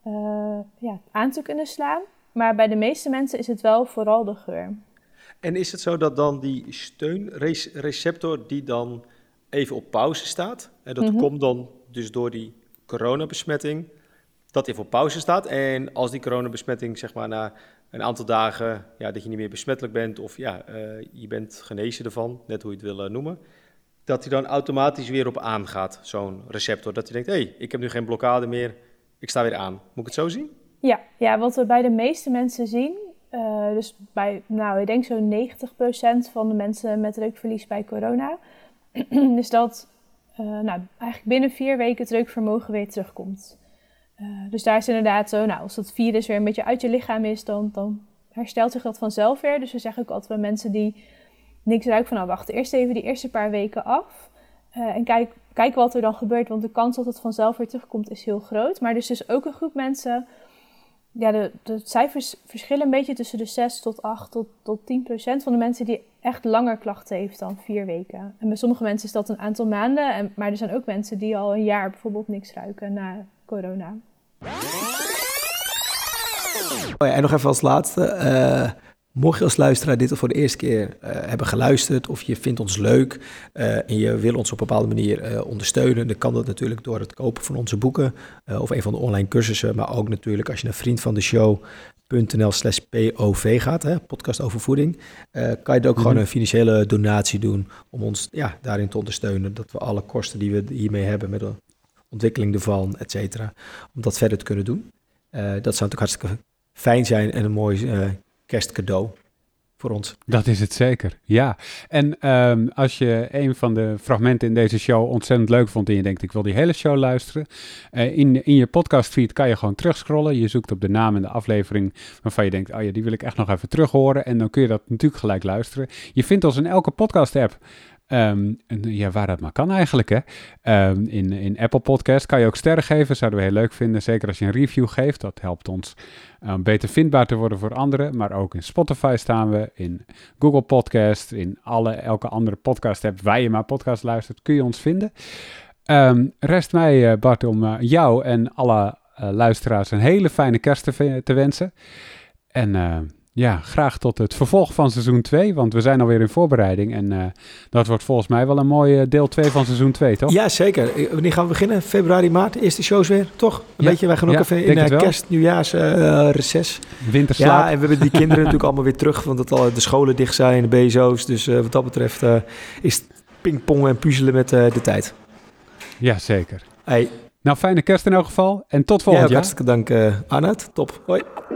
aan te kunnen slaan. Maar bij de meeste mensen is het wel vooral de geur. En is het zo dat dan die steunreceptor die dan even op pauze staat, en dat komt dan dus door die coronabesmetting, dat even op pauze staat. En als die coronabesmetting zeg maar na een aantal dagen, dat je niet meer besmettelijk bent of je bent genezen ervan, net hoe je het wil noemen, dat hij dan automatisch weer op aangaat, zo'n receptor. Dat hij denkt, ik heb nu geen blokkade meer, ik sta weer aan. Moet ik het zo zien? Ja, wat we bij de meeste mensen zien, dus bij, ik denk zo'n 90% van de mensen met reukverlies bij corona, is dat eigenlijk binnen 4 weken het reukvermogen weer terugkomt. Dus daar is inderdaad zo, als dat virus weer een beetje uit je lichaam is, dan herstelt zich dat vanzelf weer. Dus we zeggen ook altijd bij mensen die niks ruiken van, wacht eerst even die eerste paar weken af. En kijk wat er dan gebeurt, want de kans dat het vanzelf weer terugkomt is heel groot. Maar er is dus ook een groep mensen de cijfers verschillen een beetje tussen de 6 tot 8 tot 10% van de mensen die echt langer klachten heeft dan 4 weken. En bij sommige mensen is dat een aantal maanden, maar er zijn ook mensen die al een jaar bijvoorbeeld niks ruiken na corona. En nog even als laatste. Mocht je als luisteraar dit voor de eerste keer hebben geluisterd of je vindt ons leuk en je wil ons op een bepaalde manier ondersteunen, dan kan dat natuurlijk door het kopen van onze boeken of een van de online cursussen, maar ook natuurlijk als je naar vriendvandeshow.nl/POV gaat, podcast over voeding, kan je ook gewoon een financiële donatie doen om ons daarin te ondersteunen, dat we alle kosten die we hiermee hebben met de ontwikkeling ervan, et cetera, om dat verder te kunnen doen. Dat zou natuurlijk hartstikke fijn zijn en een mooi kerstcadeau voor ons. Dat is het zeker, ja. En als je een van de fragmenten in deze show ontzettend leuk vond en je denkt, ik wil die hele show luisteren, in je podcastfeed kan je gewoon terugscrollen. Je zoekt op de naam en de aflevering waarvan je denkt, oh ja, die wil ik echt nog even terug horen. En dan kun je dat natuurlijk gelijk luisteren. Je vindt ons in elke podcast-app. Waar dat maar kan eigenlijk, hè. In Apple Podcast kan je ook sterren geven, zouden we heel leuk vinden. Zeker als je een review geeft, dat helpt ons beter vindbaar te worden voor anderen. Maar ook in Spotify staan we, in Google Podcast, in elke andere podcast app waar je maar podcast luistert, kun je ons vinden. Rest mij, Bart, om jou en alle luisteraars een hele fijne kerst te wensen. En graag tot het vervolg van seizoen 2, want we zijn alweer in voorbereiding. En dat wordt volgens mij wel een mooie deel 2 van seizoen 2, toch? Ja, zeker. Wanneer gaan we beginnen? Februari, maart? Eerste shows weer, toch? Een beetje, wij gaan ook even in kerst, nieuwjaars, reces. Winterslaap. Ja, en we hebben die kinderen natuurlijk allemaal weer terug, want de scholen dicht zijn, de BSO's. Dus wat dat betreft is het pingpongen en puzzelen met de tijd. Ja, zeker. Hey. Nou, fijne kerst in elk geval. En tot volgend jaar. Hartstikke dank, Arnoud. Top. Hoi.